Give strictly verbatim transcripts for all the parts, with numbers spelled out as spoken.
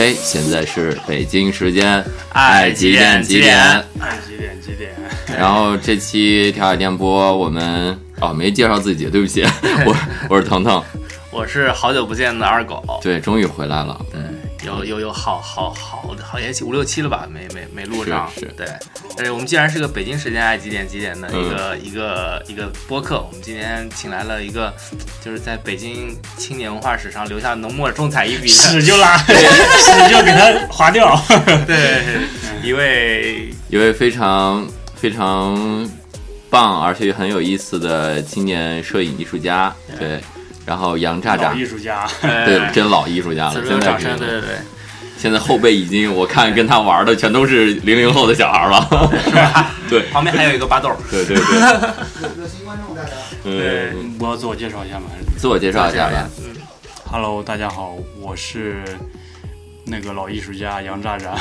OK， 现在是北京时间，爱几点几点？ 爱几点几点？ 然后这期调海电波，我们哦没介绍自己，对不起，我我是腾腾， 我是好久不见的二狗。 对，终于回来了。 对，有有有好好好好也五六期了吧，没没没录上。 是是对，而且我们既然是个北京时间爱几点几点的一个、 嗯、 一个一个播客，我们今天请来了一个就是在北京青年文化史上留下浓墨重彩一笔， 屎就拉，屎就给它划掉。 对，一位一位非常非常棒而且很有意思的青年摄影艺术家，对。然后杨炸炸， 老艺术家， 对，真老艺术家了。现在对对对， 现在后辈已经，我看跟他玩的全都是零零后的小孩了， 是吧？ 对， 旁边还有一个巴豆。 对对对， 热心观众大家。 对， 我要自我介绍一下吗？ 自我介绍一下吧。 嗯 Hello， 大家好，我是那个老艺术家杨炸炸。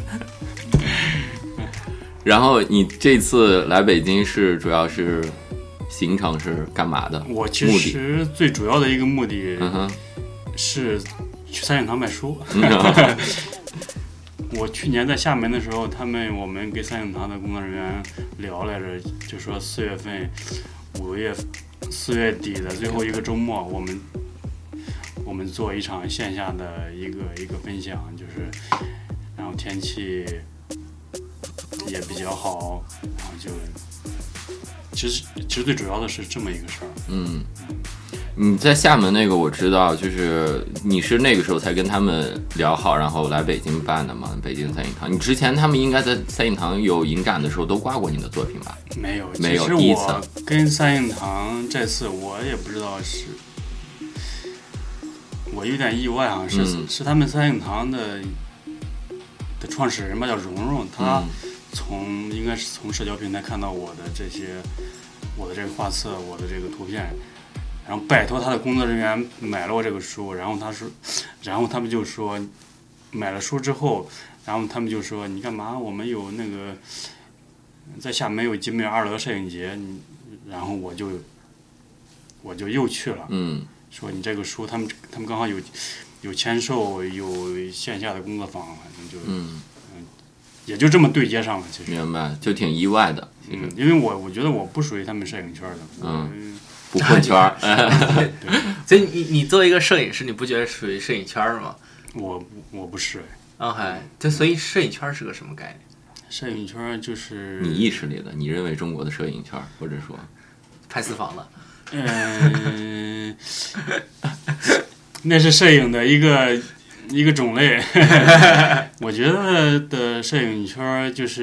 然后你这次来北京是主要是？行程是干嘛的？ 我其实最主要的一个目的是去三影堂买书。嗯、我去年在厦门的时候，他们我们跟三影堂的工作人员聊来着，就说四月份、五月、四月底的最后一个周末，我们我们做一场线下的一个一个分享，就是然后天气也比较好，然后就。其实，其实最主要的是这么一个事儿。 嗯，你在厦门那个我知道，就是你是那个时候才跟他们聊好，然后来北京办的嘛？北京三影堂，你之前他们应该在三影堂有影展的时候都挂过你的作品吧？ 没有， 没有。 其实我跟三影堂这次我也不知道是，我有点意外啊，是、嗯、是他们三影堂的的创始人吧，叫蓉蓉，他。嗯从应该是从社交平台看到我的这些，我的这个画册，我的这个图片，然后拜托他的工作人员买了我这个书，然后他说，然后他们就说，买了书之后，然后他们就说你干嘛？我们有那个在厦门有集美二楼摄影节，然后我就我就又去了， 嗯， 说你这个书，他们他们刚好有有签售，有线下的工作坊，反正就嗯。 也就这么对接上了，其实明白，就挺意外的。其实， 嗯、因为我我觉得我不属于他们摄影圈的， 嗯，不混圈儿。 所以你你作为一个摄影师，你不觉得属于摄影圈吗？ 我我不是。 哦嗨，就所以摄影圈是个什么概念？ 摄影圈就是你意识里的，你认为中国的摄影圈，或者说拍私房的。 嗯，那是摄影的一个。一个种类，我觉得的摄影圈就是，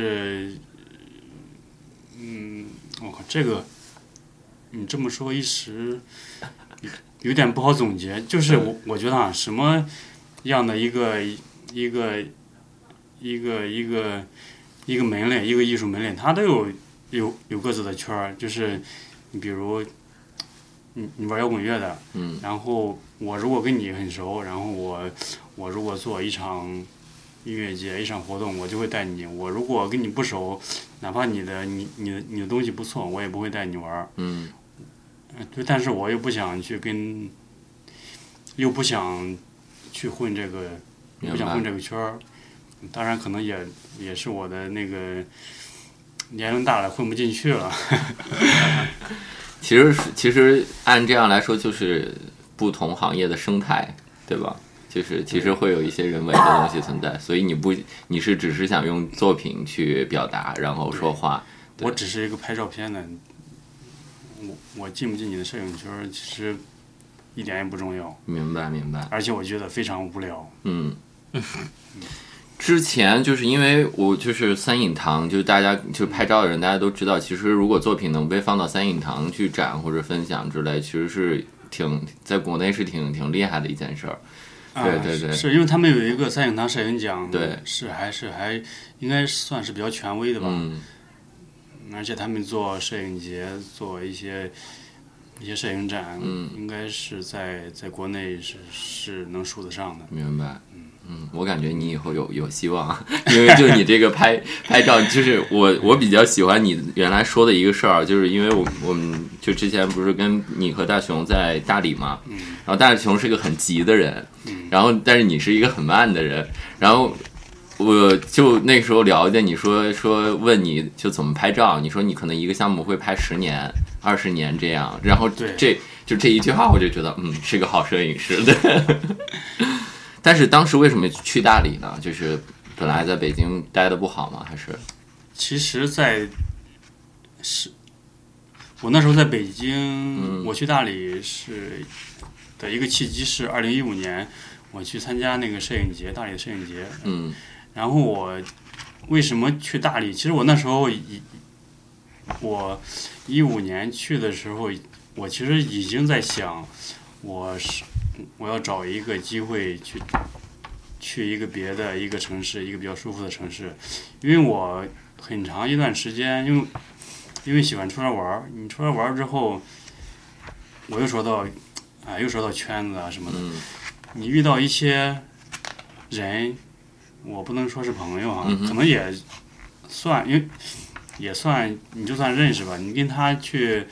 嗯，我靠，这个你这么说一时有点不好总结。就是我我觉得啊，什么样的一个一个一个一个一个门类，一个艺术门类，它都有有有各自的圈儿。就是你比如你你玩摇滚乐的， 嗯， 然后我如果跟你很熟，然后我。我如果做一场音乐节一场活动，我就会带你。我如果跟你不熟，哪怕你的你你的你的东西不错，我也不会带你玩。 嗯， 对，但是我又不想去跟，又不想去混这个，不想混这个圈儿。当然，可能也也是我的那个年龄大了，混不进去了。 其实其实按这样来说，就是不同行业的生态，对吧？就是其实会有一些人为的东西存在，所以你不你是只是想用作品去表达，然后说话。 我只是一个拍照片的，我我进不进你的摄影圈，其实一点也不重要。 明白明白。 而且我觉得非常无聊。 嗯。之前就是因为我就是三影堂，就是大家就拍照的人，大家都知道，其实如果作品能被放到三影堂去展或者分享之类，其实是挺在国内是挺挺厉害的一件事儿。对对对， 啊、是, 是因为他们有一个三影堂摄影奖， 对， 是还是还应该算是比较权威的吧。 嗯， 而且他们做摄影节，做一些一些摄影展， 嗯， 应该是在在国内是是能数得上的。 明白，嗯嗯，我感觉你以后有有希望，因为就你这个拍拍照，就是我我比较喜欢你原来说的一个事儿，就是因为我我们就之前不是跟你和大雄在大理嘛， 嗯， 然后大雄是个很急的人， 嗯。 然后但是你是一个很慢的人，然后我就那时候了解你说说问你就怎么拍照，你说你可能一个项目会拍十年、二十年这样，然后这就这一句话我就觉得嗯是个好摄影师的。但是当时为什么去大理呢？就是本来在北京待的不好吗？还是？ 其实在是，我那时候在北京， 嗯、 我去大理是的一个契机是二零一五年，我去参加那个摄影节，大理的摄影节。 嗯。 然后我为什么去大理？其实我那时候一我一五年去的时候，我其实已经在想，我是我要找一个机会去去一个别的一个城市，一个比较舒服的城市，因为我很长一段时间，因为因为喜欢出来玩儿，你出来玩儿之后，我又说到啊，又说到圈子啊什么的， 嗯、 你遇到一些人。我不能说是朋友啊， 嗯、 可能也算，因为也算，你就算认识吧。你跟他去，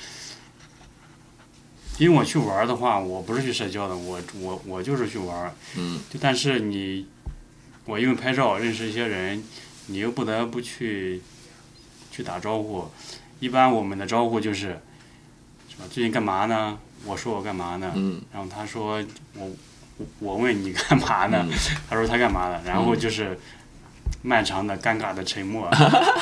因为我去玩的话，我不是去社交的，我我我就是去玩。 嗯。 就但是你，我因为拍照认识一些人，你又不得不去去打招呼。一般我们的招呼就是，是吧？最近干嘛呢？我说我干嘛呢？ 嗯。 然后他说我。我问你干嘛呢？ 嗯、 他说他干嘛呢？然后就是漫长的尴尬的沉默。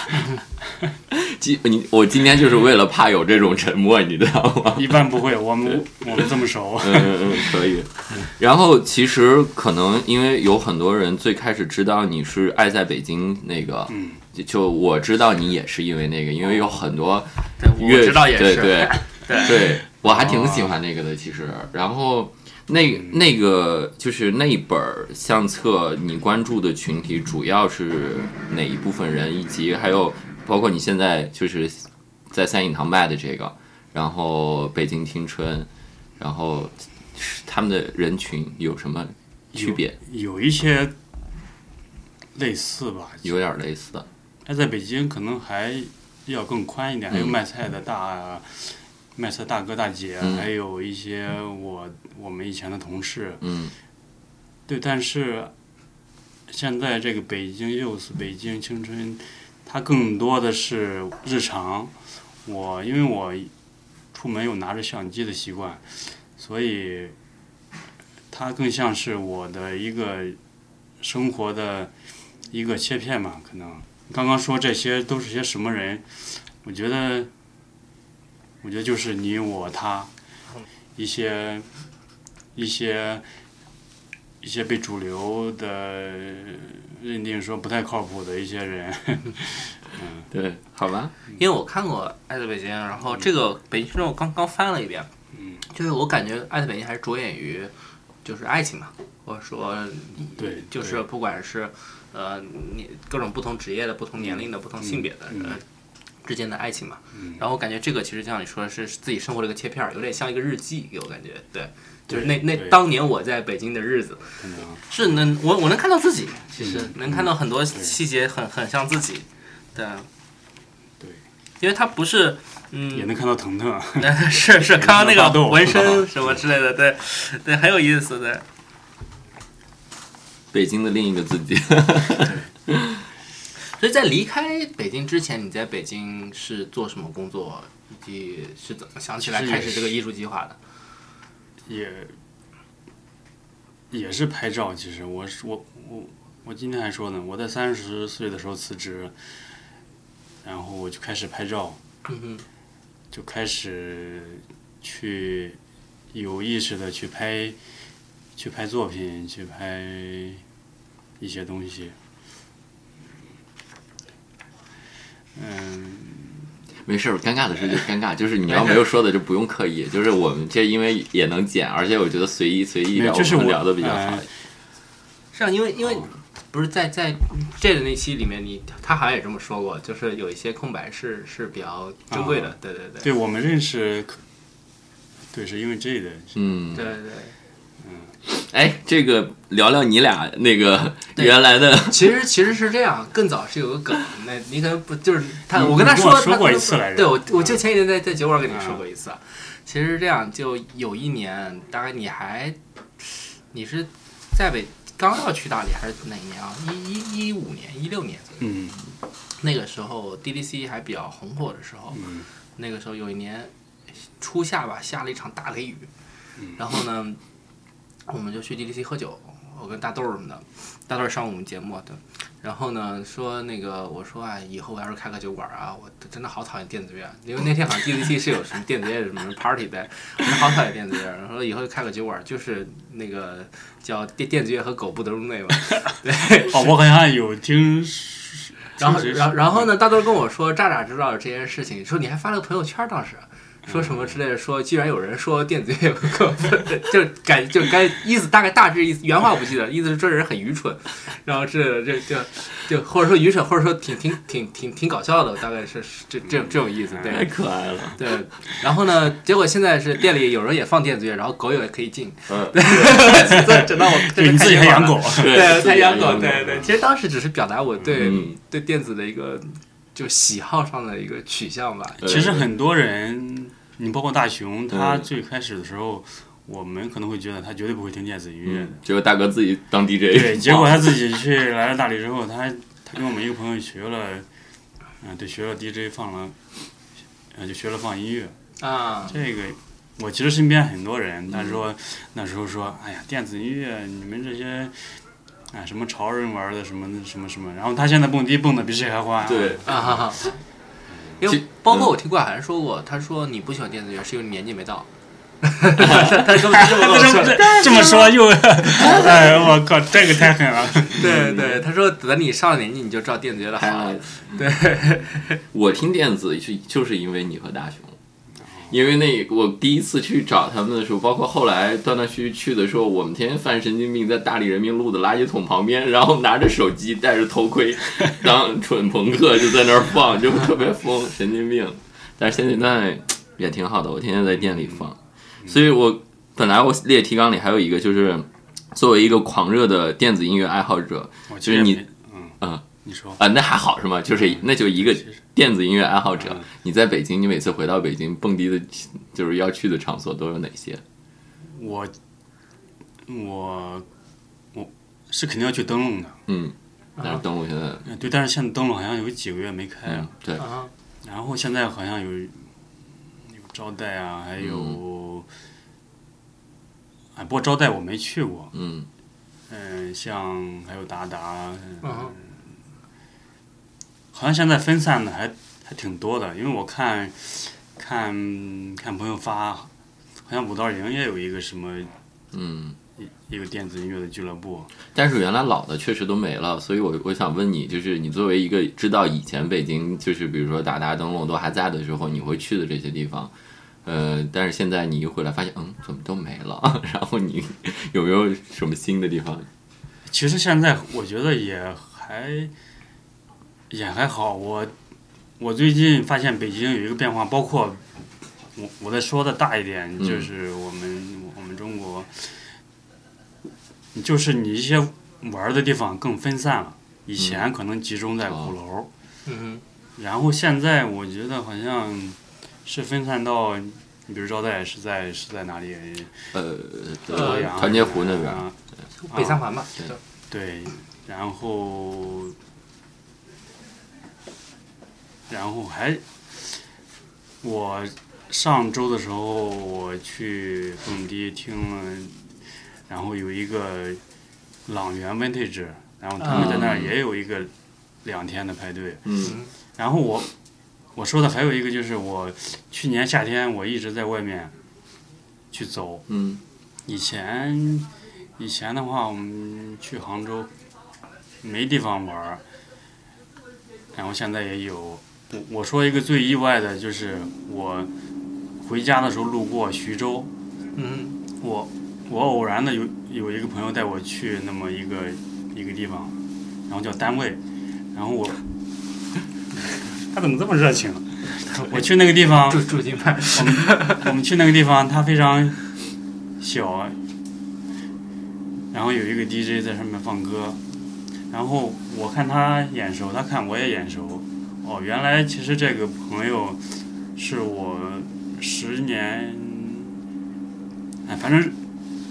今你我今天就是为了怕有这种沉默，你知道吗？ 一般不会，我们我们这么熟。 嗯嗯，可以。然后其实可能因为有很多人最开始知道你是爱在北京那个， 嗯， 就我知道你也是因为那个，因为有很多乐，我知道也是， 对对对对，我还挺喜欢那个的，其实。然后。那那个就是那一本相册，你关注的群体主要是哪一部分人，以及还有包括你现在就是在三影堂卖的这个，然后北京青春，然后他们的人群有什么区别？ 有, 有一些类似吧， 有点类似的。 他在北京可能还要更宽一点， 嗯、 还有卖菜的大。卖菜大哥大姐， 嗯、 还有一些我我们以前的同事， 嗯， 对，但是现在这个北京 youth 北京青春，它更多的是日常。我因为我出门有拿着相机的习惯，所以它更像是我的一个生活的一个切片吧。可能刚刚说这些都是些什么人，我觉得。我觉得就是你我他，一些一些一些被主流的认定说不太靠谱的一些人， 嗯，对，好吧。 因为我看过《爱在北京》，然后这个《北京青春》我刚刚翻了一遍， 嗯， 就是我感觉《爱在北京》还是着眼于就是爱情嘛，或者说对， 就是不管是呃你各种不同职业的、不同年龄的、不同性别的人。 嗯之间的爱情嘛， 嗯、 然后我感觉这个其实就像你说的是自己生活的一个切片，有点像一个日记，给我感觉，对，就是那那当年我在北京的日子，是能我我能看到自己，其实、嗯、能看到很多细节很很像自己，对， 对， 因为它不是，嗯， 也能看到腾腾， 是是，看到那个纹身什么之类的，对对，很有意思的， 北京的另一个自己。 所以在离开北京之前，你在北京是做什么工作，以及是怎么想起来开始这个艺术计划的？ 也也是拍照。其实我是我我我今天还说呢，我在三十岁的时候辞职，然后我就开始拍照， 嗯哼， 就开始去有意识的去拍去拍作品，去拍一些东西。嗯， 没事，尴尬的事就尴尬，就是你要没有说的就不用刻意，就是我们这因为也能剪，而且我觉得随意随意聊， 就是我们聊的比较好。 呃、 是啊，因为因为不是在在这的那期里面，你他好像也这么说过，就是有一些空白是是比较珍贵的，啊、对对对。 对我们认识，对，是因为这个， 嗯， 对对。 哎，这个聊聊你俩那个原来的， 其实其实是这样，更早是有个梗，那你可能不就是他，我跟他说说过一次来着， 对我我就前几天在在酒馆跟你说过一次，其实是这样，就有一年大概你还你是在北刚要去大理还是哪一年啊？一一一五年、一六年左右。 嗯。 那个时候 D D C 还比较红火的时候， 嗯、 那个时候有一年初夏吧，下了一场大雷雨，嗯、然后呢，我们就去 D D C 喝酒，我跟大豆什么的，大豆上我们节目的，然后呢说那个我说啊，以后我要是开个酒馆啊，我真的好讨厌电子乐，因为那天好像 D D C 是有什么电子乐什么 party 在，我说好讨厌电子乐，然后以后开个酒馆就是那个叫电电子乐和狗不得入内嘛，对， 哦，我好像有听。 然后，然后，然后呢？大豆跟我说，渣渣知道了这件事情，说你还发了个朋友圈，当时说什么之类的，说居然有人说电子乐不可分，就感就该意思大概大致意思原话不记得，意思是这人很愚蠢，然后这这就就或者说愚蠢，或者说挺挺挺挺挺搞笑的，大概是这这这种意思，对， 太可爱了， 对。然后呢，结果现在是店里有人也放电子乐，然后狗也可以进， 嗯， 对，整到我对你自己还养狗， 对，才养狗，对对。其实当时只是表达我对、 嗯、 对电子的一个就喜好上的一个取向吧。 其实很多人。你包括大熊，他最开始的时候，嗯、我们可能会觉得他绝对不会听电子音乐的。 嗯、结果大哥自己当 D J。 对，结果他自己去来了大理之后，他他跟我们一个朋友学了，嗯、呃，对，学了 D J 放了，呃，就学了放音乐。 啊。 这个，我其实身边很多人，他说、嗯、那时候说，哎呀，电子音乐，你们这些。哎，什么潮人玩的什么什么什么，然后他现在蹦迪蹦的比谁还欢、啊。 对啊哈哈。因为包括我听郭海涵说过，他说你不喜欢电子乐是因为你年纪没到。他他根本这么说， 这么说又，哎我靠，这个太狠了。 对对，他说等你上了年纪你就知道电子乐的好。对， 我听电子是就是因为你和大熊。因为那我第一次去找他们的时候，包括后来断断续续去的时候，我们天天犯神经病，在大理人民路的垃圾桶旁边，然后拿着手机，戴着头盔，当蠢朋克就在那儿放，就特别疯，神经病。但是现在也挺好的，我天天在店里放。所以我本来我列提纲里还有一个，就是作为一个狂热的电子音乐爱好者，就是你， 嗯。 嗯你说啊，那还好是吗？就是那就一个电子音乐爱好者，嗯、你在北京，你每次回到北京蹦迪的，就是要去的场所都有哪些？ 我我我是肯定要去灯笼的， 嗯，但是灯笼现在、 啊、对，但是现在灯笼好像有几个月没开了， 嗯、对、 啊， 然后现在好像有有招待啊，还有， 嗯、 哎，不过招待我没去过， 嗯， 嗯、呃，像还有达达， 嗯。 呃好像现在分散的还还挺多的，因为我看，看看朋友发，好像五道营也有一个什么， 嗯， 一一个电子音乐的俱乐部。 但是原来老的确实都没了，所以我我想问你，就是你作为一个知道以前北京就是比如说达达灯笼都还在的时候，你会去的这些地方，呃，但是现在你一回来发现，嗯，怎么都没了？然后你有没有什么新的地方？ 其实现在我觉得也还。也还好，我我最近发现北京有一个变化，包括我我再说的大一点，就是我们、嗯、我们中国，就是你一些玩的地方更分散了，以前可能集中在鼓楼， 嗯， 然后现在我觉得好像是分散到，你比如招待是在是在哪里？ 呃， 洛阳、 团结湖那边， 啊、 北三环吧， 对，对，然后。然后还，我上周的时候我去蹦迪听了，然后有一个朗园 Vintage， 然后他们在那儿也有一个两天的派对。 嗯。 然后我我说的还有一个就是我去年夏天我一直在外面去走。 嗯。 以前以前的话我们去杭州没地方玩，然后现在也有。我我说一个最意外的，就是我回家的时候路过徐州， 嗯， 我我偶然的有有一个朋友带我去那么一个一个地方，然后叫单位，然后我他怎么这么热情？我去那个地方， 驻驻京派， 我们我们去那个地方，它非常小，然后有一个 D J 在上面放歌，然后我看他眼熟，他看我也眼熟。哦，原来其实这个朋友是我十年，哎，反正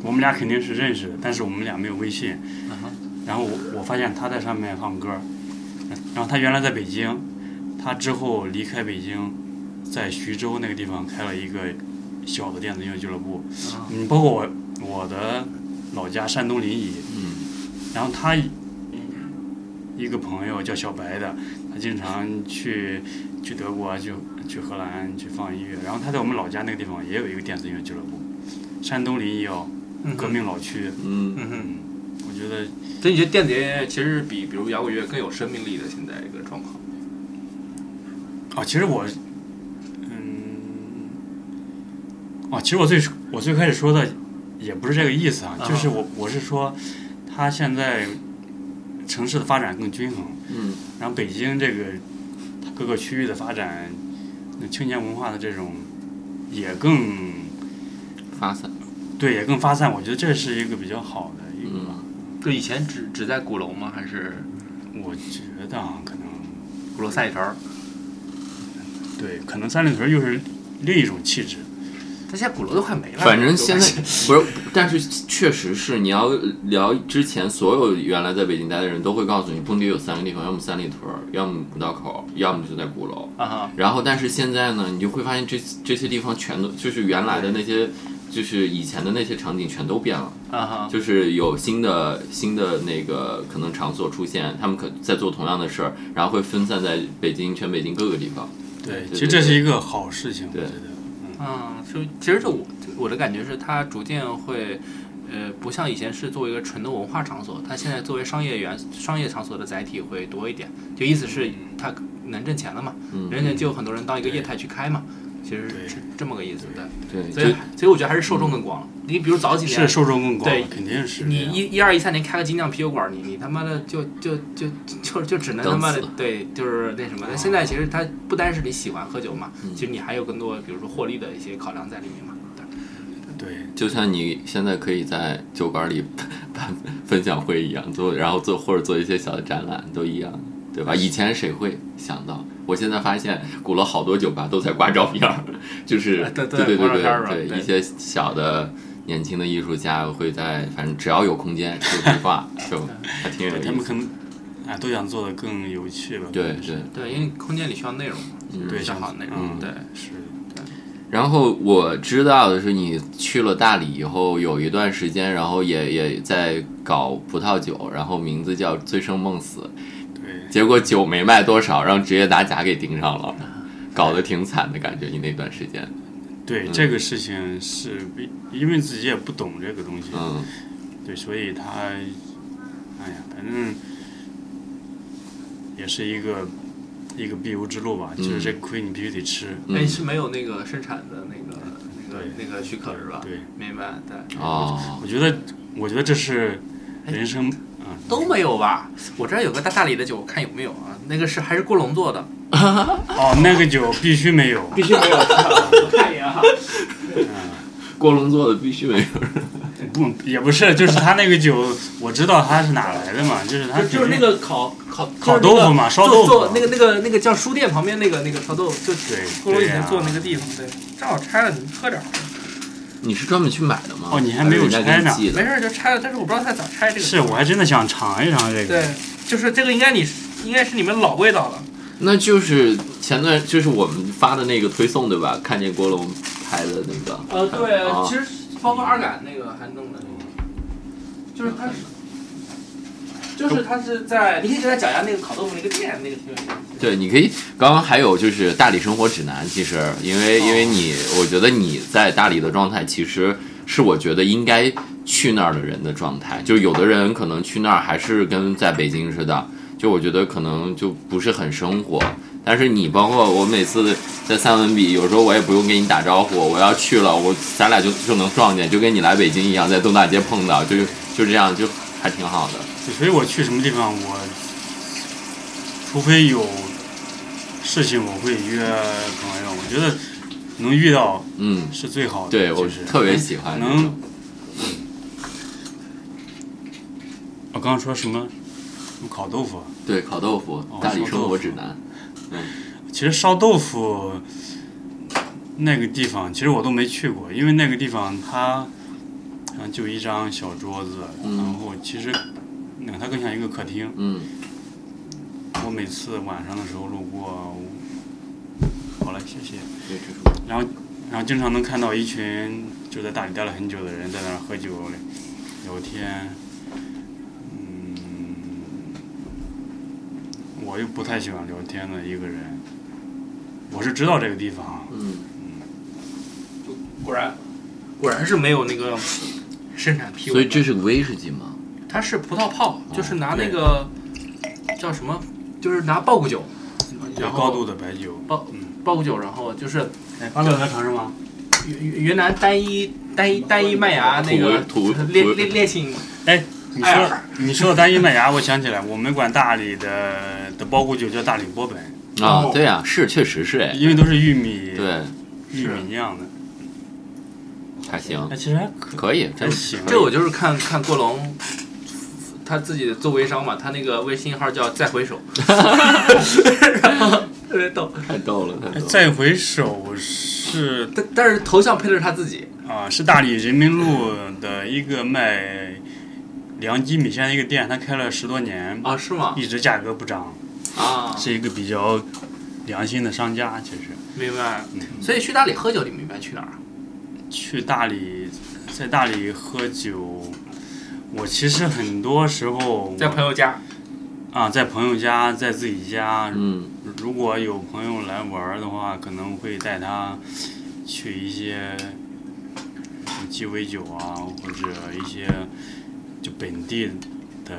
我们俩肯定是认识的，但是我们俩没有微信。 Uh-huh. 然后我我发现他在上面放歌，然后他原来在北京，他之后离开北京，在徐州那个地方开了一个小的电子音乐俱乐部。嗯，包括我我的老家山东临沂， 嗯， 然后他一个朋友叫小白的，他经常去去德国、去去荷兰去放音乐，然后他在我们老家那个地方也有一个电子音乐俱乐部，山东临沂哦，革命老区。 嗯嗯哼， 我觉得， 所以你觉得电子音乐其实比比如摇滚乐更有生命力的现在一个状况？ 哦，其实我，嗯，哦，其实我最我最开始说的也不是这个意思啊， 啊就是我我是说，他现在城市的发展更均衡， 嗯， 然后北京这个各个区域的发展，那青年文化的这种也更发散， 对，也更发散。我觉得这是一个比较好的一个。 嗯， 就以前只只在鼓楼吗？还是我觉得啊，可能鼓楼三里屯？ 对，可能三里屯又是另一种气质。 但现在鼓楼都快没了。 反正现在不是，但是确实是你要聊之前所有原来在北京待的人都会告诉你，蹦迪有三个地方，要么三里屯，要么五道口，要么就在鼓楼。 啊哈。 然后，但是现在呢，你就会发现这这些地方全都就是原来的那些，就是以前的那些场景全都变了。 啊哈。 就是有新的新的那个可能场所出现，他们可在做同样的事儿，然后会分散在北京全北京各个地方。 对，其实这是一个好事情，我觉得。 嗯，就其实就我我的感觉是，它逐渐会，呃，不像以前是作为一个纯的文化场所，它现在作为商业元商业场所的载体会多一点。就意思是它能挣钱了嘛， 嗯， 人家就有很多人当一个业态去开嘛，其实是这么个意思的。 对， 所以所以我觉得还是受众更广了。你比如早几年是受众更广， 对， 肯定是。 你一一二一三年开个精酿啤酒馆，你你他妈的就就就就就只能他妈的对，就是那什么。但现在其实它不单是你喜欢喝酒嘛，其实你还有更多比如说获利的一些考量在里面嘛。 对， 就像你现在可以在酒馆里办分享会一样，做然后做或者做一些小的展览都一样，对吧？以前谁会想到？我现在发现鼓楼好多酒吧都在挂照片，就是对对对对对对，一些小的年轻的艺术家会在，反正只要有空间就会挂，就还挺有意思。 他们可能啊都想做的更有趣吧。 对对对，因为空间里需要内容嘛， 对， 比较好的内容，对是。 然后我知道的是，你去了大理以后有一段时间，然后也也在搞葡萄酒，然后名字叫醉生梦死。 对。 结果酒没卖多少，让职业打假给盯上了，搞得挺惨的感觉。你那段时间。 对、嗯、这个事情是因为自己也不懂这个东西， 嗯， 对，所以他，哎呀，反正也是一个。一个必由之路吧，就是这亏你必须得吃。 哎、嗯，是没有那个生产的那个那个那个许可是吧？ 对， 明白，对。 哦， 我觉得，我觉得这是人生啊、嗯、 都没有吧？我这儿有个大大理的酒，我看有没有啊？那个是还是郭龙做的。 哦，那个酒必须没有， 必须没有。我看一眼哈。 嗯， 郭龙做的必须没有。 不，也不是，就是他那个酒，我知道他是哪来的嘛，就是他就是那个烤烤烤豆腐嘛，烧豆腐。 做那个那个那个叫书店旁边那个那个烧豆腐，就对， 郭龙以前做那个地方，对，正好拆了，你喝点。 你是专门去买的吗？ 哦，你还没有拆呢。 没事就拆了，但是我不知道他咋拆这个。 是，我还真的想尝一尝这个。 对，就是这个应该你应该是你们老味道了。 那就是前段就是我们发的那个推送对吧？看见郭龙拍的那个。 呃，对， 啊、 其实包括二杆那个还弄的那个，就是他是，就是他是在，你可以给他讲一下那个烤豆腐那个店，那个挺有意思。 对，你可以。刚刚还有就是大理生活指南，其实因为因为你，我觉得你在大理的状态，其实是我觉得应该去那儿的人的状态。就有的人可能去那儿还是跟在北京似的，就我觉得可能就不是很生活。但是你包括我每次在三文笔，有时候我也不用跟你打招呼，我要去了，我咱俩就就能撞见，就跟你来北京一样，在东大街碰到，就就这样，就还挺好的。 所以我去什么地方，我除非有事情，我会约朋友。我觉得能遇到， 嗯， 是最好的。 对， 就是、 我特别喜欢能。我刚刚说什么？烤豆腐。 对，烤豆腐， 哦、 大理生活指南。 嗯，其实烧豆腐那个地方，其实我都没去过，因为那个地方它，嗯、 然后就一张小桌子， 嗯、 然后其实那它更像一个客厅。 嗯。 我每次晚上的时候路过，好了，谢谢。然后，然后经常能看到一群就在大理待了很久的人在那儿喝酒聊天。嗯，我又不太喜欢聊天的一个人。我是知道这个地方。 嗯。 就果然，果然是没有那个生产批文。 所以这是个威士忌吗？ 它是葡萄泡，就是拿那个、哦、叫什么？就是拿爆谷酒，然后高度的白酒， 爆爆谷酒，然后就是哎，发表来尝尝吗？ 云云南单一单一单一麦芽那个烈烈烈性。 哎，你说你说到单一麦芽，我想起来，我们管大理的的爆谷酒叫大理波本。 啊，对呀、啊，是确实是哎， 因为都是玉米， 对， 玉米酿的， 还行。 哎，其实还可可以， 还行。 这我就是看看郭龙。他自己做微商嘛，他那个微信号叫再回首，然后特别逗， 太逗了，太逗了。 再回首是， 但但是头像配的是他自己啊，是大理人民路的一个卖良机米线的一个店，他开了十多年啊，是吗？ 一直价格不涨啊， 是一个比较良心的商家，其实。 明白。嗯、所以去大理喝酒，你们一般去哪儿？ 去大理，在大理喝酒。我其实很多时候在朋友家， 啊，在朋友家，在自己家。 嗯， 如果有朋友来玩的话，可能会带他去一些鸡尾酒啊，或者一些就本地的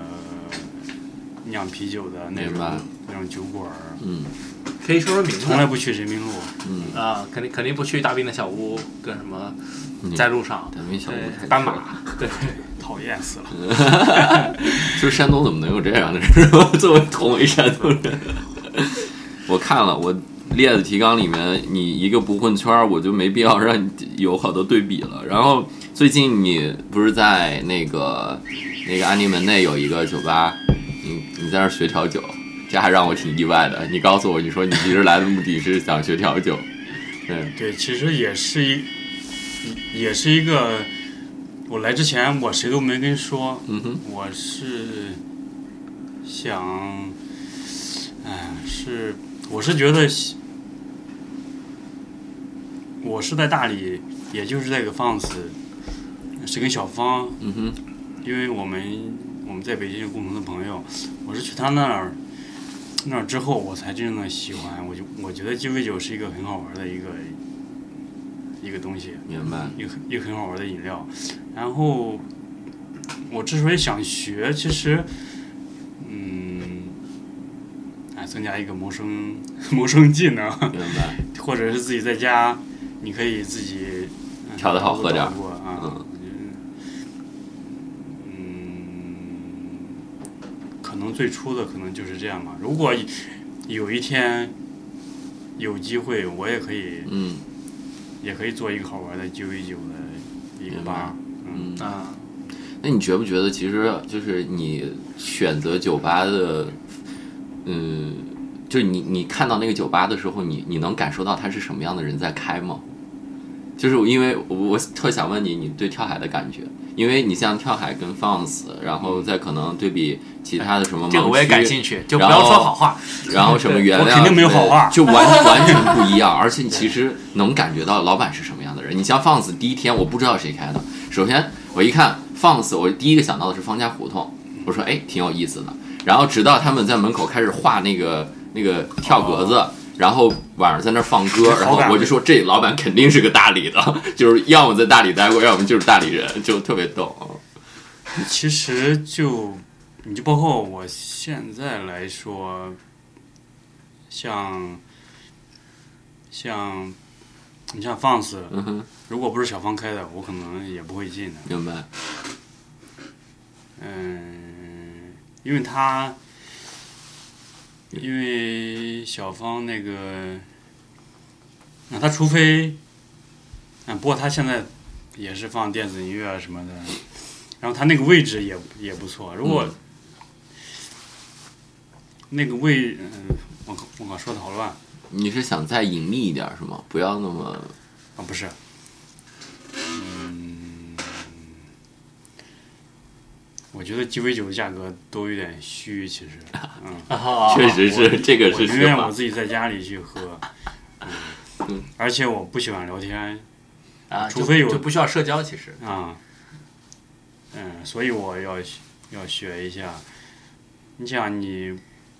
酿啤酒的那种那种酒馆。 嗯， 可以说说名字。 从来不去人民路。 嗯啊，肯定肯定不去大滨的小屋跟什么，在路上。 大滨小屋太斑马，对。 讨厌死了！ 就是山东怎么能有这样的人？作为同为山东人，我看了我列的提纲里面，你一个不混圈，我就没必要让你有好多对比了。然后最近你不是在那个那个安定门内有一个酒吧，你你在那儿学调酒，这还让我挺意外的。你告诉我，你说你其实来的目的是想学调酒，对对，其实也是一也是一个。我来之前我谁都没跟说， 嗯哼， 我是想，哎，是我是觉得，我是在大理，也就是这个放肆，是跟小芳， 嗯哼， 因为我们我们在北京有共同的朋友，我是去他那儿那儿之后，我才真正的喜欢，我就我觉得鸡尾酒是一个很好玩的一个。一个东西， 明白， 一个一个很好玩的饮料。然后我之所以想学，其实，嗯，哎，增加一个谋生谋生技能， 明白， 或者是自己在家，你可以自己调的好喝点啊， 嗯， 嗯，可能最初的可能就是这样吧。如果有一天有机会，我也可以， 嗯。 也可以做一个好玩的鸡尾酒的一个吧， 嗯啊。 那你觉不觉得，其实就是你选择酒吧的，嗯，就是你你看到那个酒吧的时候，你你能感受到他是什么样的人在开吗？就是因为我我特想问你，你对跳海的感觉，因为你像跳海跟放肆，然后再可能对比其他的什么盲区， 这个我也感兴趣，就不要说好话。 然后什么原谅， 我肯定没有好话， 就完完全不一样。而且你其实能感觉到老板是什么样的人。你像放肆第一天，我不知道谁开的。首先我一看放肆，我第一个想到的是方家胡同，我说哎挺有意思的。然后直到他们在门口开始画那个那个跳格子。哦，然后晚上在那儿放歌，然后我就说这老板肯定是个大理的，就是要么在大理待过，要么就是大理人，就特别逗。 其实就你就包括我现在来说，像像你像放肆， 嗯哼， 如果不是小芳开的，我可能也不会进的。 明白。 嗯，因为他。因为小芳那个，啊，他除非，啊，不过他现在也是放电子音乐啊什么的，然后他那个位置也也不错。如果、嗯、那个位，嗯，我我刚说的好乱。 你是想再隐秘一点是吗？不要那么…… 啊，不是，嗯， 我觉得鸡尾酒的价格都有点虚，其实，嗯， 确实是这个是实话。我宁愿我自己在家里去喝，嗯，而且我不喜欢聊天， 啊， 除非有就不需要社交，其实啊，嗯，所以我要要学一下。你想你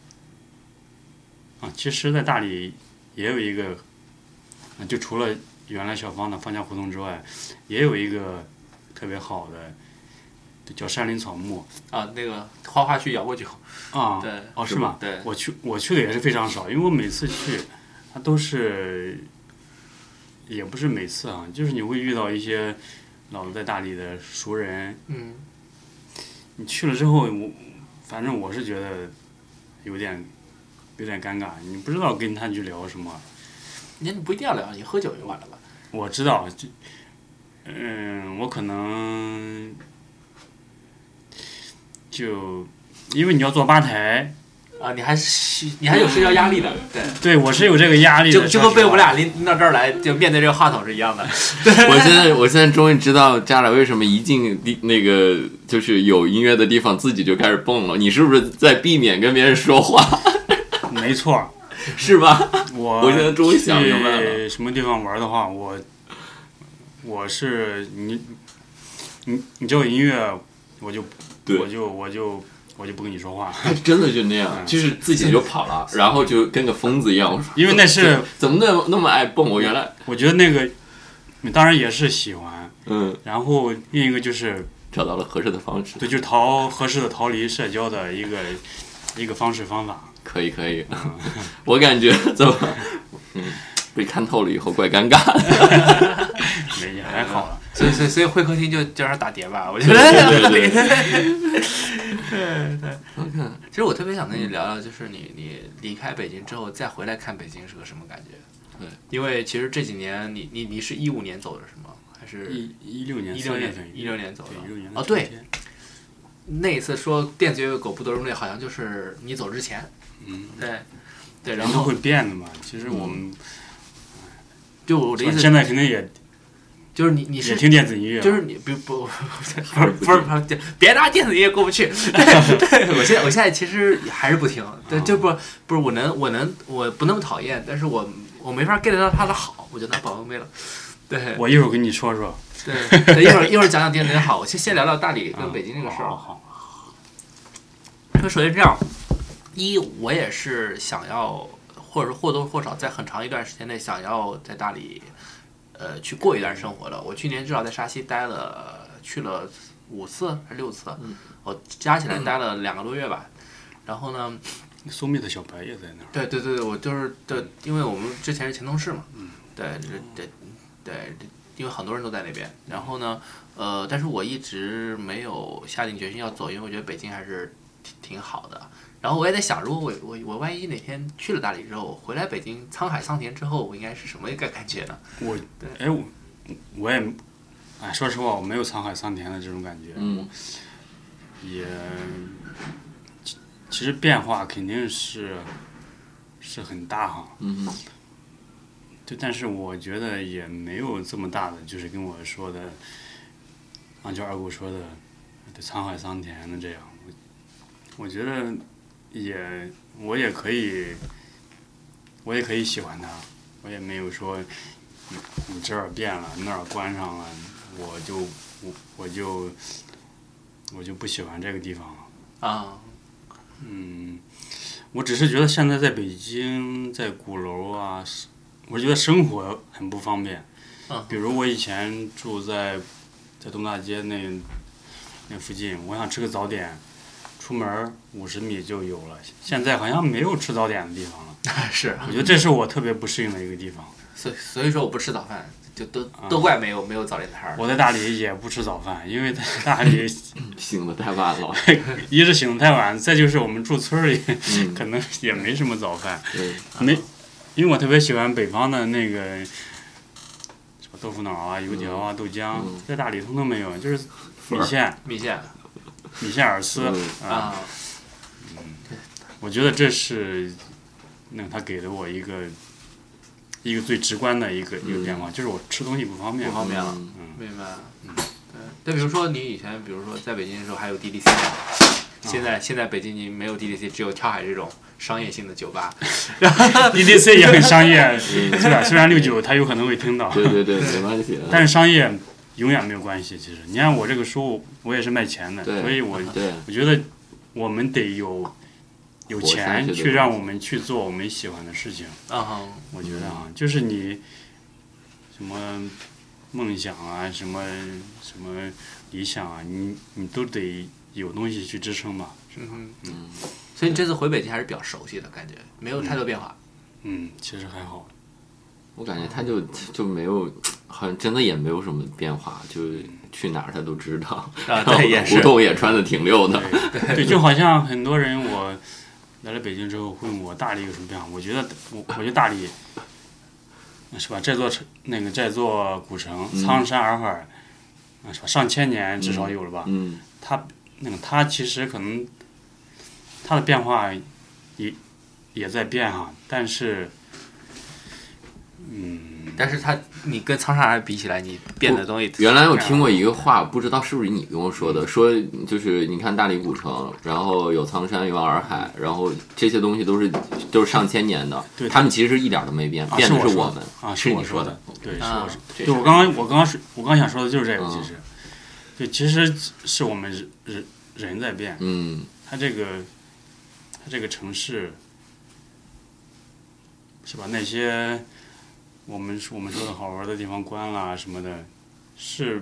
啊，其实，在大理也有一个，就除了原来小芳的方家胡同之外，也有一个特别好的。叫山林草木啊，那个花花去摇过酒啊， 对， 哦是吗？ 对， 我去我去的也是非常少，因为我每次去，它都是，也不是每次啊，就是你会遇到一些老在大理的熟人， 嗯， 你去了之后，我反正我是觉得有点有点尴尬，你不知道跟他去聊什么。 你不一定要聊，你喝酒就完了吧？ 我知道，就嗯，我可能。就因为你要做吧台啊，你还是你还有社交压力的，对， 对我是有这个压力的， 就就跟被我们俩拎拎到这儿来，就面对这个话筒是一样的。 我现在我现在终于知道扎拉为什么一进地那个就是有音乐的地方自己就开始蹦了，你是不是在避免跟别人说话？ 没错， 是吧？ 我我现在终于想明白了。 什么地方玩的话，我我是你你你叫我音乐，我就。我就我就我就不跟你说话， 他真的就那样，嗯、就是自己就跑了，然后就跟个疯子一样。 因为那是怎么那么那么爱蹦？我原来我觉得那个当然也是喜欢， 嗯， 然后另一个就是找到了合适的方式， 对，就是逃合适的逃离社交的一个一个方式方法。 可以可以，嗯、我感觉怎么嗯被看透了以后怪尴尬的， 没也还好了。 所以，所以，所以会客厅就叫人打碟吧，我觉得。 对对对对对。其实我特别想跟你聊聊，就是你你离开北京之后再回来看北京是个什么感觉？ 对， 因为其实这几年你你你是一五年走的是吗？还是一一六年一六年一六年走的？哦，对。那一次说电子乐狗不得入内，好像就是你走之前。 嗯。 对。对，然后会变的嘛。其实我们， 就我的意思， 现在肯定也。 就是你，你是听电子音乐， 就是你不不不是不是不是，别拿电子音乐过不去。对，我现在我现在其实还是不听，对，就不不是我能我能我不那么讨厌，但是我我没法 get 到它的好，我就拿保温杯了。对， 我一会儿跟你说说。 对，一会儿一会儿讲讲电子音乐好，我先先聊聊大理跟北京这个事儿。 好。 就首先这样，一我也是想要，或者是或多或少在很长一段时间内想要在大理。呃，去过一段生活了。我去年至少在沙溪待了，去了五次还是六次， 嗯、 我加起来待了两个多月吧。然后呢， 苏密的小白也在那儿。 对对对对，我就是对，因为我们之前是前同事嘛， 嗯、 对对对，因为很多人都在那边。然后呢，呃，但是我一直没有下定决心要走，因为我觉得北京还是挺挺好的。然后我也在想，如果我我我万一哪天去了大理之后，回来北京沧海桑田之后，我应该是什么一个感觉呢？ 我对， 哎我我也，哎，说实话，我没有沧海桑田的这种感觉。 嗯。 也，其其实变化肯定是是很大哈。 嗯。 就但是我觉得也没有这么大的，就是跟我说的，啊，就二姑说的，沧海桑田的这样，我我觉得。也，我也可以，我也可以喜欢它，我也没有说你你这儿变了，那儿关上了，我就我我就我就不喜欢这个地方了。 啊， 嗯，我只是觉得现在在北京，在鼓楼啊，我觉得生活很不方便。 嗯。 比如我以前住在在东大街那那附近，我想吃个早点。出门五十米就有了，现在好像没有吃早点的地方了。 是， 我觉得这是我特别不适应的一个地方。 所以所以说我不吃早饭，就都都怪没有没有早点摊儿。 我在大理也不吃早饭，因为在大理醒得太晚了。 一是醒得太晚，再就是我们住村里， 嗯、 可能也没什么早饭。 对。 没，因为我特别喜欢北方的那个什么豆腐脑啊、油条啊、 嗯、 豆浆， 嗯、 在大理通通没有，就是米线。 米线。 米线饵丝、 嗯、啊， 嗯，我觉得这是，那他给了我一个一个最直观的一个、 嗯、 一个变化，就是我吃东西不方便， 不方便了， 嗯， 明白， 嗯， 对， 对，比如说你以前，比如说在北京的时候还有 D D C 嘛，现在、哦、现在北京你没有 D D C， 只有跳海这种商业性的酒吧。 D D C 也很商业，是吧？虽然六九他有可能会听到， 对对对，没关系。 但是商业永远没有关系。其实，你看我这个书，我也是卖钱的，所以我我觉得我们得有有钱去让我们去做我们喜欢的事情。 啊、嗯， 我觉得啊，就是你什么梦想啊，什么什么理想啊，你你都得有东西去支撑吧。 嗯嗯。所以你这次回北京还是比较熟悉的感觉，没有太多变化。 嗯，其实还好。 我感觉他就就没有，好像真的也没有什么变化，就去哪儿他都知道。 啊，对，也是。 胡同也穿的挺溜的。 对, 对，就好像很多人我来了北京之后会问我大理有什么变化，我觉得我我觉得大理是吧？这座那个这座古城苍山洱海，嗯、是吧？上千年至少有了吧？ 嗯。 它那个它其实可能。它的变化也也在变哈，但是，嗯， 但是它你跟苍山洱海比起来，你变的东西。 原来我听过一个话，不知道是不是你跟我说的，说就是你看大理古城，然后有苍山有洱海，然后这些东西都是都是上千年的， 对， 他们其实一点都没变， 啊、 变的是我们啊， 是你说的， 对，是啊、 我是，对我刚刚我刚刚是我刚想说的就是这个，其实，对，其实是我们人人人在变， 嗯， 它这个。这个城市，是吧？那些我们我们说的好玩的地方关了什么的，是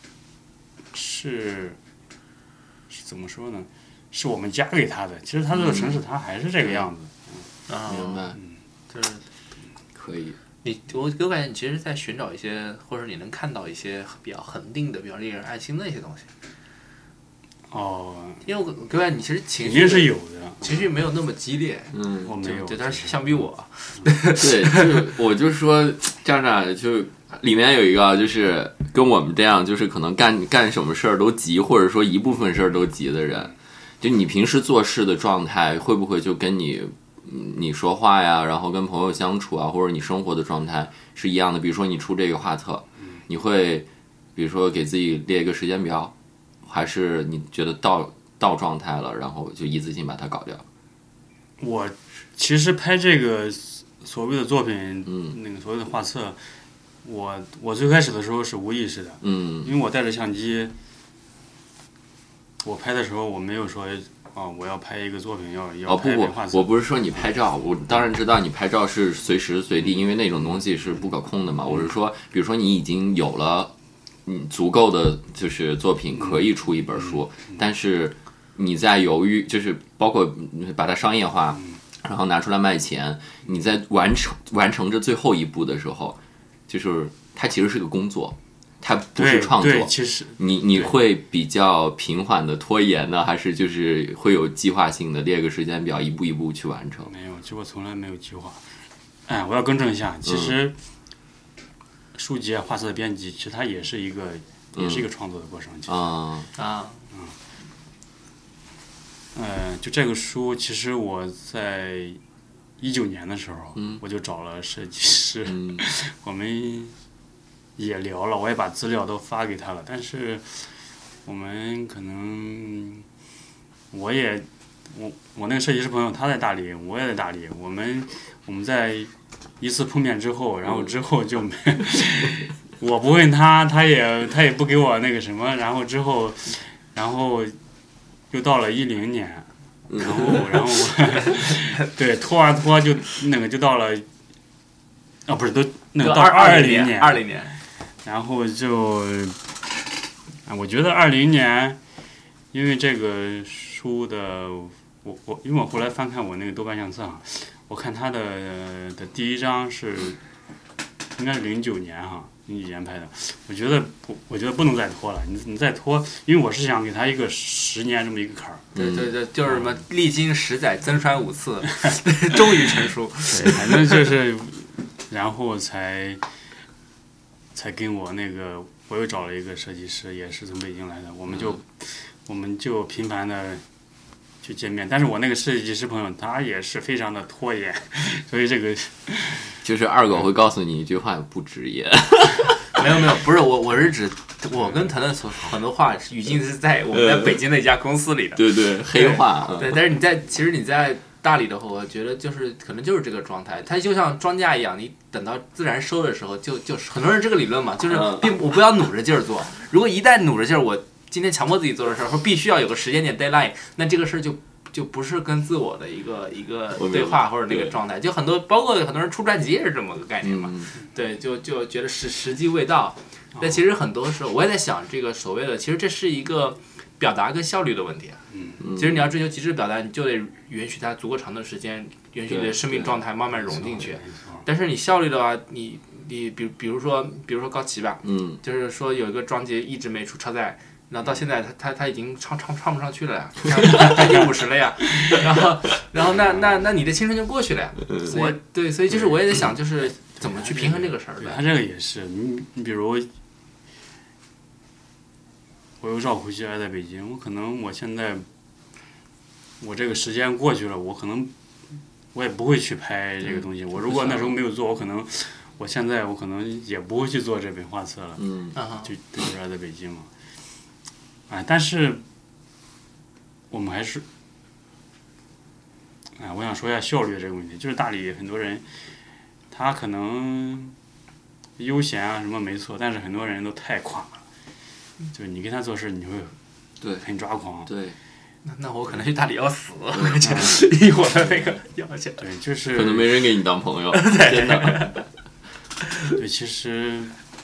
是是怎么说呢？是我们加给他的。其实他这个城市，它还是这个样子。 嗯，啊、 明白。 嗯，就是可以。 你我我感觉你其实在寻找一些，或者你能看到一些比较恒定的、比较令人安心的一些东西。 哦， 因为我各位，你其实情绪肯定是有的， 情绪没有那么激烈。 嗯， 我没有。 对，但是相比我， 对，就我就说站长就里面有一个就是跟我们这样，就是可能干干什么事儿都急，或者说一部分事儿都急的人，就你平时做事的状态会不会就跟你你说话呀，然后跟朋友相处啊，或者你生活的状态是一样的？比如说你出这个画册，你会比如说给自己列一个时间表。还是你觉得到到状态了，然后就一次性把它搞掉？ 我其实拍这个所谓的作品， 嗯， 那个所谓的画册，我我最开始的时候是无意识的， 嗯， 因为我带着相机，我拍的时候我没有说啊，我要拍一个作品，要要拍一个画册。 哦不不，我不是说你拍照，我当然知道你拍照是随时随地，因为那种东西是不可控的嘛。我是说，比如说你已经有了。嗯，足够的就是作品可以出一本书， 嗯、 但是你在犹豫，就是包括把它商业化， 嗯、 然后拿出来卖钱，你在完成完成这最后一步的时候，就是它其实是个工作，它不是创作。 其实你你会比较平缓的拖延呢，还是就是会有计划性的列个时间表，一步一步去完成？ 没有，就我从来没有计划。哎，我要更正一下，其实。嗯书籍啊，画册的编辑，其实它也是一个，嗯、也是一个创作的过程。其实啊啊， 嗯，呃，就这个书，其实我在一九年的时候， 嗯、 我就找了设计师， 嗯、 我们也聊了，我也把资料都发给他了，但是我们可能，我也，我我那个设计师朋友他在大理，我也在大理，我们我们在。一次碰面之后，然后之后就没，我不问他，他也他也不给我那个什么，然后之后，然后又到了一零年，然后然后我对拖啊拖就那个就到了，啊不是都那个到二零年二零年， 然后就，啊我觉得二零年，因为这个书的我我因为我后来翻看我那个豆瓣相册啊。我看他的、呃、的第一张是应该是零九年哈，零九年拍的。我觉得不，我觉得不能再拖了。你你再拖，因为我是想给他一个十年这么一个坎儿。 对对对，就是什么历经十载，增衰五次，终于成书。 对，反正就是，然后才才跟我那个，我又找了一个设计师，也是从北京来的，我们就、嗯、我们就频繁的。去见面，但是我那个设计师朋友他也是非常的拖延，所以这个就是二狗会告诉你一句话：不职业。 没有没有，不是我，我是指我跟腾腾所很多话语境是在我们在北京的一家公司里的， 对对，黑话。 对，但是你在其实你在大理的话，我觉得就是可能就是这个状态，它就像庄稼一样，你等到自然收的时候就，就就是很多人这个理论嘛，就是并我不要努着劲儿做，如果一旦努着劲儿，我今天强迫自己做的事儿，或必须要有个时间点 deadline， 那这个事儿就。就不是跟自我的一个一个对话或者那个状态，就很多包括很多人出专辑也是这么个概念嘛， 嗯、 对，就就觉得时时机未到。但其实很多时候我也在想，这个所谓的其实这是一个表达跟效率的问题。 嗯， 其实你要追求极致表达，你就得允许它足够长的时间，允许你的生命状态慢慢融进去。但是你效率的话，你你比比如说比如说高旗吧， 嗯， 就是说有一个专辑一直没出车载。然后到现在他他他已经唱唱唱不上去了呀，他已经五十了呀，然后然后那那那你的青春就过去了呀，我对，所以就是我也在想，就是怎么去平衡这个事儿。 对，他这个也是，你你比如我又绕回去来在北京，我可能我现在我这个时间过去了，我可能我也不会去拍这个东西。我如果那时候没有做，我可能我现在我可能也不会去做这本画册了。 嗯， 就就是来在北京嘛。啊，但是我们还是，啊，我想说一下效率这个问题。就是大理很多人，他可能悠闲啊什么没错，但是很多人都太垮了。就是你跟他做事，你会对很抓狂。 对， 那那我可能去大理要死，一会儿那个要钱。 对，就是可能没人给你当朋友，真的。 对，其实，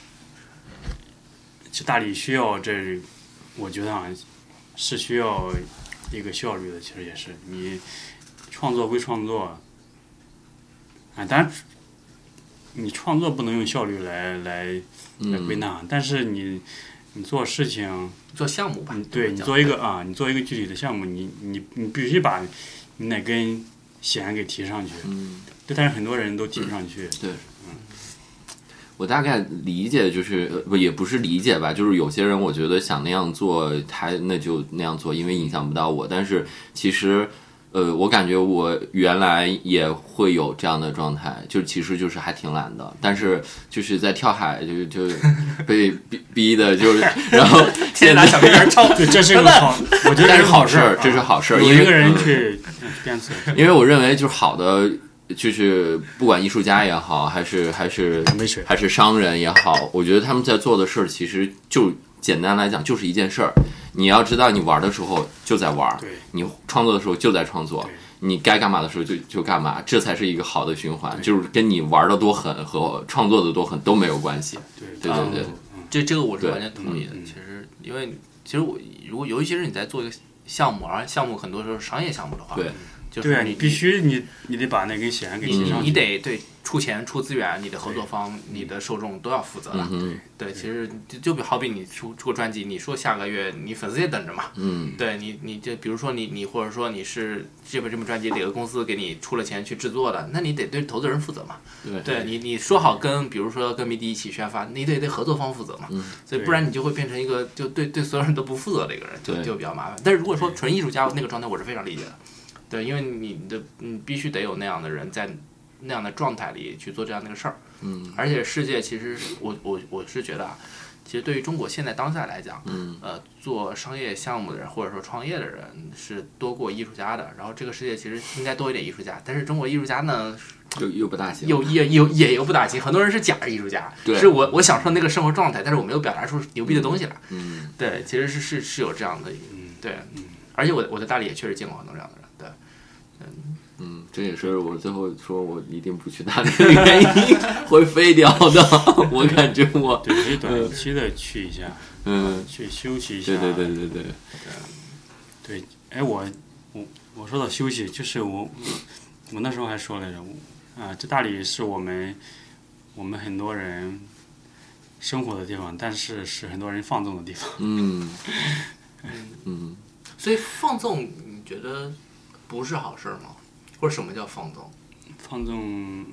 其实大理需要这。我觉得啊，是需要一个效率的，其实也是你创作归创作，啊，当然你创作不能用效率来来来归纳， 嗯、 但是你你做事情做项目吧， 你对你做一个啊，你做一个具体的项目，你你你必须把你那根弦给提上去， 嗯， 对，但是很多人都提不上去， 对，嗯。我大概理解就是不也不是理解吧，就是有些人我觉得想那样做，他那就那样做，因为影响不到我。但是其实，呃，我感觉我原来也会有这样的状态，就其实就是还挺懒的，但是就是在跳海就就被逼逼的，就是然后天天拿小皮鞭抽， 对，这是个好，我觉得是好事儿，这是好事儿， 有一个人去鞭策， 因为我认为就是好的。就是不管艺术家也好，还是还是还是商人也好，我觉得他们在做的事儿，其实就简单来讲就是一件事儿。你要知道，你玩的时候就在玩，你创作的时候就在创作，你该干嘛的时候就就干嘛，这才是一个好的循环。就是跟你玩的多狠和创作的多狠都没有关系。 对对对对， 这这个我是完全同意的。其实，因为其实我如果尤其是你在做一个项目，而项目很多时候商业项目的话， 对。 就是对啊，你必须你你得把那根弦给提上去。 你得对出钱出资源，你的合作方、你的受众都要负责的。 嗯、 对，其实就就比好比你出出个专辑，你说下个月你粉丝也等着嘛。 嗯。 对你，你就比如说你你或者说你是这本这本专辑哪个公司给你出了钱去制作的，那你得对投资人负责嘛。 对。 对你你说好跟比如说跟迷笛一起宣发，你得对合作方负责嘛。 嗯。 所以不然你就会变成一个就对对所有人都不负责的一个人，就就比较麻烦。但是如果说纯艺术家那个状态，我是非常理解的。对，因为你的你必须得有那样的人在那样的状态里去做这样的一个事儿。 嗯。 而且世界其实我我我是觉得啊，其实对于中国现在当下来讲， 嗯， 呃，做商业项目的人或者说创业的人是多过艺术家的。然后这个世界其实应该多一点艺术家，但是中国艺术家呢， 又又不大行， 又也有也又不大行。很多人是假艺术家，是我我享受那个生活状态，但是我没有表达出牛逼的东西来。 嗯， 对，其实是是是有这样的，对，而且我我在大理也确实见过很多这样的人。 嗯，这也是我最后说我一定不去大理的原因，会废掉的。我感觉我对可以短期的去一下， 嗯， 去休息一下。 对对对对对对。 对，哎，我我我说到休息，就是我我那时候还说来着，啊，这大理是我们我们很多人生活的地方，但是是很多人放纵的地方。 嗯嗯， 所以放纵，你觉得不是好事吗？或者什么叫放纵？ 放纵，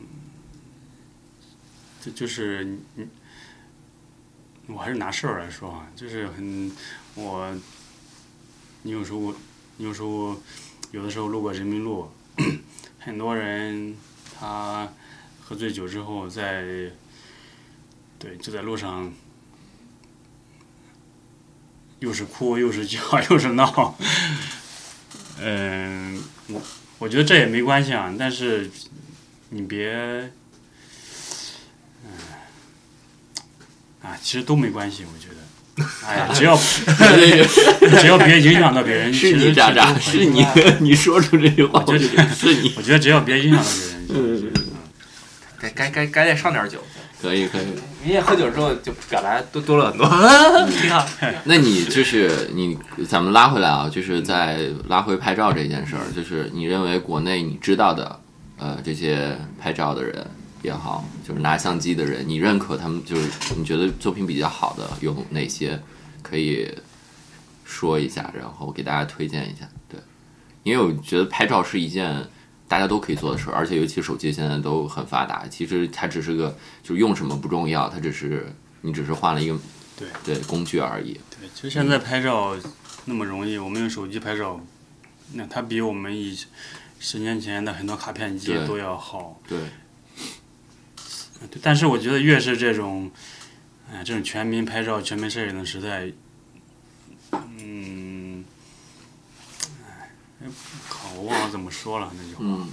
这就是你，我还是拿事儿来说啊，就是很我，你有时候你有时候有的时候路过人民路，很多人他喝醉酒之后在对，就在路上，又是哭又是叫又是闹，嗯、呃，我我觉得这也没关系啊，但是你别，嗯、呃，啊，其实都没关系，我觉得。哎呀，只要只要别影响到别人， 是你渣渣，是你你说出这句话， 我觉得是你。 我觉得只要别影响到别人， 该该该该再上点酒。 可以可以。 明天喝酒之后就表达多多了很多，挺好。 那你就是你，咱们拉回来啊，就是在拉回拍照这件事儿，就是你认为国内你知道的，呃，这些拍照的人也好，就是拿相机的人，你认可他们，就是你觉得作品比较好的有哪些，可以说一下，然后给大家推荐一下。对，因为我觉得拍照是一件大家都可以做的事，而且尤其手机现在都很发达，其实它只是个，就是用什么不重要，它只是你只是换了一个对对工具而已。 对，其实现在拍照那么容易，我们用手机拍照，那它比我们以十年前的很多卡片机都要好。 对。 对，但是我觉得越是这种，哎，这种全民拍照、全民摄影的时代，嗯，哎，靠，我忘了怎么说了那句话。 嗯。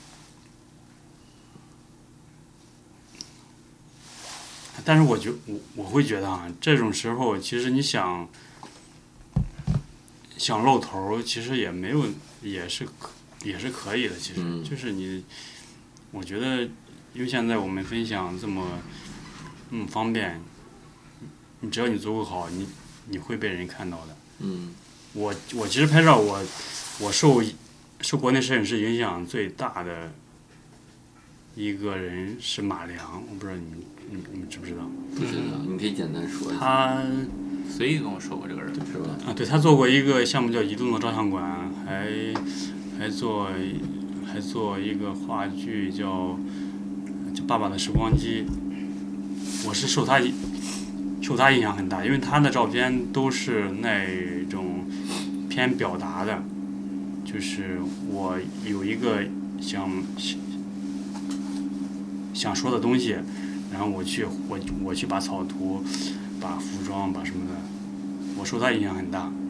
但是我觉我我会觉得啊，这种时候其实你想想露头，其实也没有，也是可也是可以的。其实、 嗯、 就是你，我觉得。因为现在我们分享这么嗯方便，你只要你足够好，你你会被人看到的。 嗯， 我我其实拍照，我我受受国内摄影师影响最大的一个人是马良，我不知道你们你你们知不知道？ 不知道，你可以简单说一下。 他随意跟我说过这个人， 是吧？ 啊，对，他做过一个项目叫移动的照相馆，还还做还做一个话剧叫。就爸爸的时光机，我是受他受他影响很大，因为他的照片都是那种偏表达的，就是我有一个想想说的东西，然后我去我我去把草图、把服装、把什么的，我受他影响很大。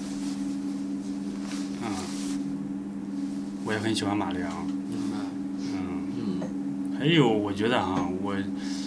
嗯，我也很喜欢马良。还有，我觉得哈，我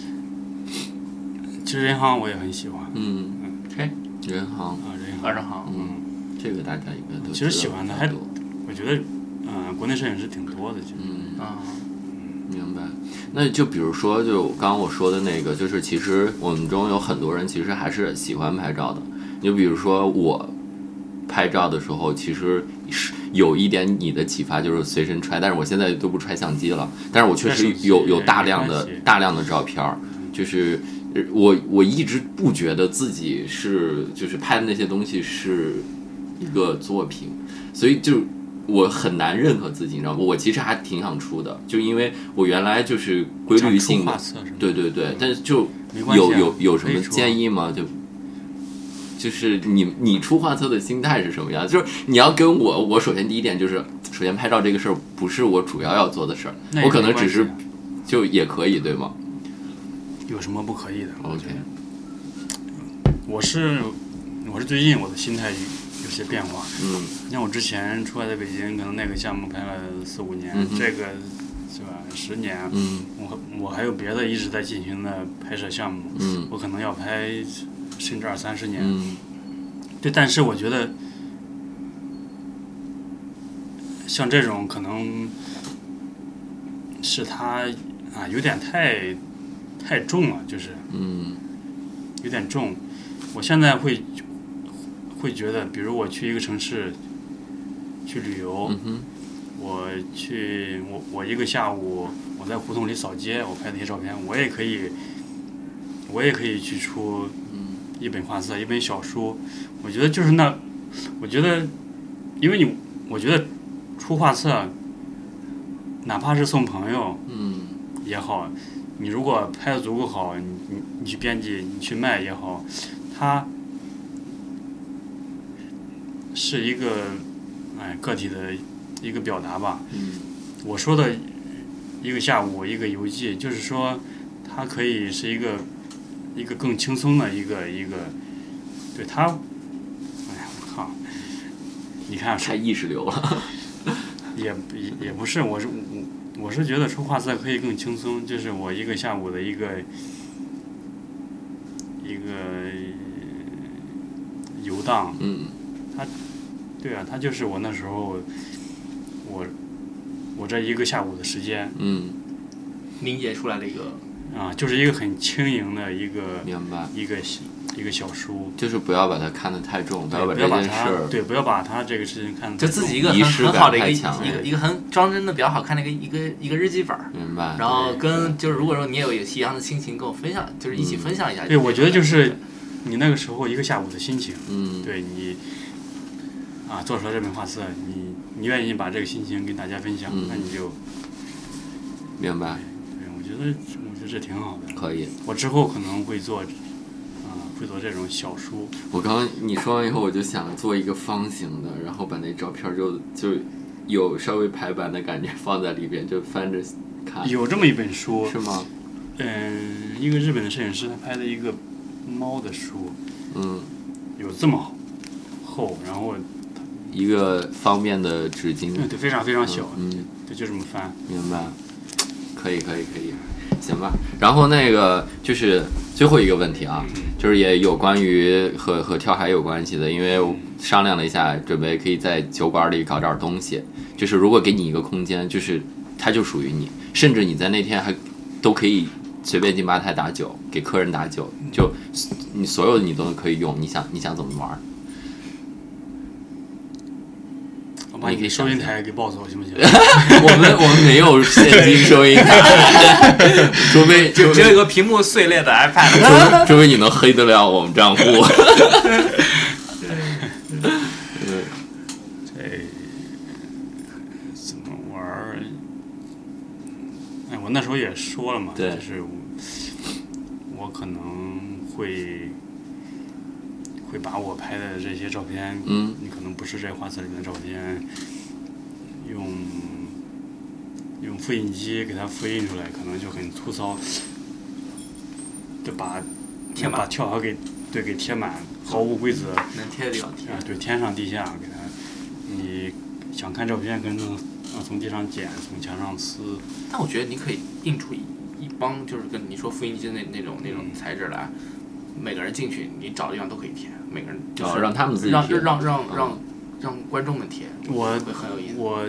其实人行我也很喜欢。 嗯， 谁？ 人行啊，人行。 啊，人行。 嗯，这个大家应该都其实喜欢的还，我觉得，嗯、呃，国内摄影师挺多的，其实。 嗯啊， 明白。那就比如说，就刚刚我说的那个，就是其实我们中有很多人其实还是喜欢拍照的。就比如说我拍照的时候，其实是有一点你的启发，就是随身揣，但是我现在都不揣相机了，但是我确实有有大量的大量的照片，就是我我一直不觉得自己是就是拍的那些东西是一个作品，所以就我很难认可自己，你知道吗？我其实还挺想出的，就因为我原来就是规律性的，对对对，但是就有有有什么建议吗？就就是你你出画册的心态是什么样？就是你要跟我，我首先第一点就是，首先拍照这个事儿不是我主要要做的事儿，我可能只是就也可以，对吗？ 有什么不可以的 ？OK， 我是我是最近我的心态有些变化。 嗯， 像我之前出来在北京，可能那个项目拍了四五年， 嗯、 这个是吧十年， 嗯， 我我还有别的一直在进行的拍摄项目， 嗯， 我可能要拍。甚至二三十年， 嗯， 对，但是我觉得，像这种可能是他啊，有点太太重了，就是， 嗯， 有点重。我现在会会觉得，比如我去一个城市去旅游， 嗯、 我去我我一个下午我在胡同里扫街，我拍那些照片，我也可以，我也可以去出。一本画册，一本小书，我觉得就是那，我觉得，因为你，我觉得出画册，哪怕是送朋友， 嗯， 也好，你如果拍的足够好，你你你去编辑，你去卖也好，它是一个哎个体的一个表达吧。 嗯， 我说的一个下午一个游记，就是说，它可以是一个。 一个更轻松的一个一个，对他，哎呀我靠，你看太意识流了。 也也也不是，我是我我是觉得出画册可以更轻松，就是我一个下午的一个一个游荡， 嗯， 他，对啊，他就是我那时候我我这一个下午的时间， 嗯， 凝结出来的一个啊，就是一个很轻盈的一个明白一个一个小书， 就是不要把它看得太重，不要把这件事儿， 对，不要把它这个事情看得就自己一个很很好的一个一个一个很装帧的比较好看的一个一个一个日记本， 明白。 然后跟就是如果说你也有一样的心情跟我分享，就是一起分享一下。 对，我觉得就是你那个时候一个下午的心情， 嗯， 对你啊做出来这本画册，你你愿意把这个心情跟大家分享， 嗯、 那你就明白。 对，我觉得我觉得这挺好的。 可以。 我之后可能会做。会做这种小书。 我刚刚你说完以后，我就想做一个方形的，然后把那照片就就有稍微排版的感觉放在里边，就翻着看。 有这么一本书是吗？ 嗯，一个日本的摄影师他拍的一个猫的书， 嗯， 有这么厚，然后一个方便的纸巾， 对，非常非常小， 嗯， 对，就这么翻。 明白，可以可以可以，行吧。然后那个就是最后一个问题啊。就是也有关于和和跳海有关系的，因为商量了一下，准备可以在酒馆里搞点东西。就是如果给你一个空间，就是它就属于你，甚至你在那天还都可以随便进吧台打酒，给客人打酒，就你所有的你都可以用，你想你想怎么玩？ 我把你给收银台给抱走行不行？ 我们我们没有现金收银台，除非就只有一个屏幕碎裂的 iPad， 除非你能黑得了我们账户。 这怎么玩儿？哎，我那时候也说了嘛，就是我可能会。会把我拍的这些照片， 嗯， 你可能不是这画册里面的照片，用用复印机给它复印出来，可能就很粗糙，就把贴把跳蚤给对给贴满，毫无规则， 能贴的地方贴， 啊，对，天上地下给它，你想看照片，可能啊从地上剪，从墙上撕。 但我觉得你可以印出一一帮，就是跟你说复印机那那种那种材质来。每个人进去，你找的地方都可以贴。每个人就是、 哦、让他们自己贴， 贴， 让让让让、嗯、让观众们贴， 我会很有意思。 我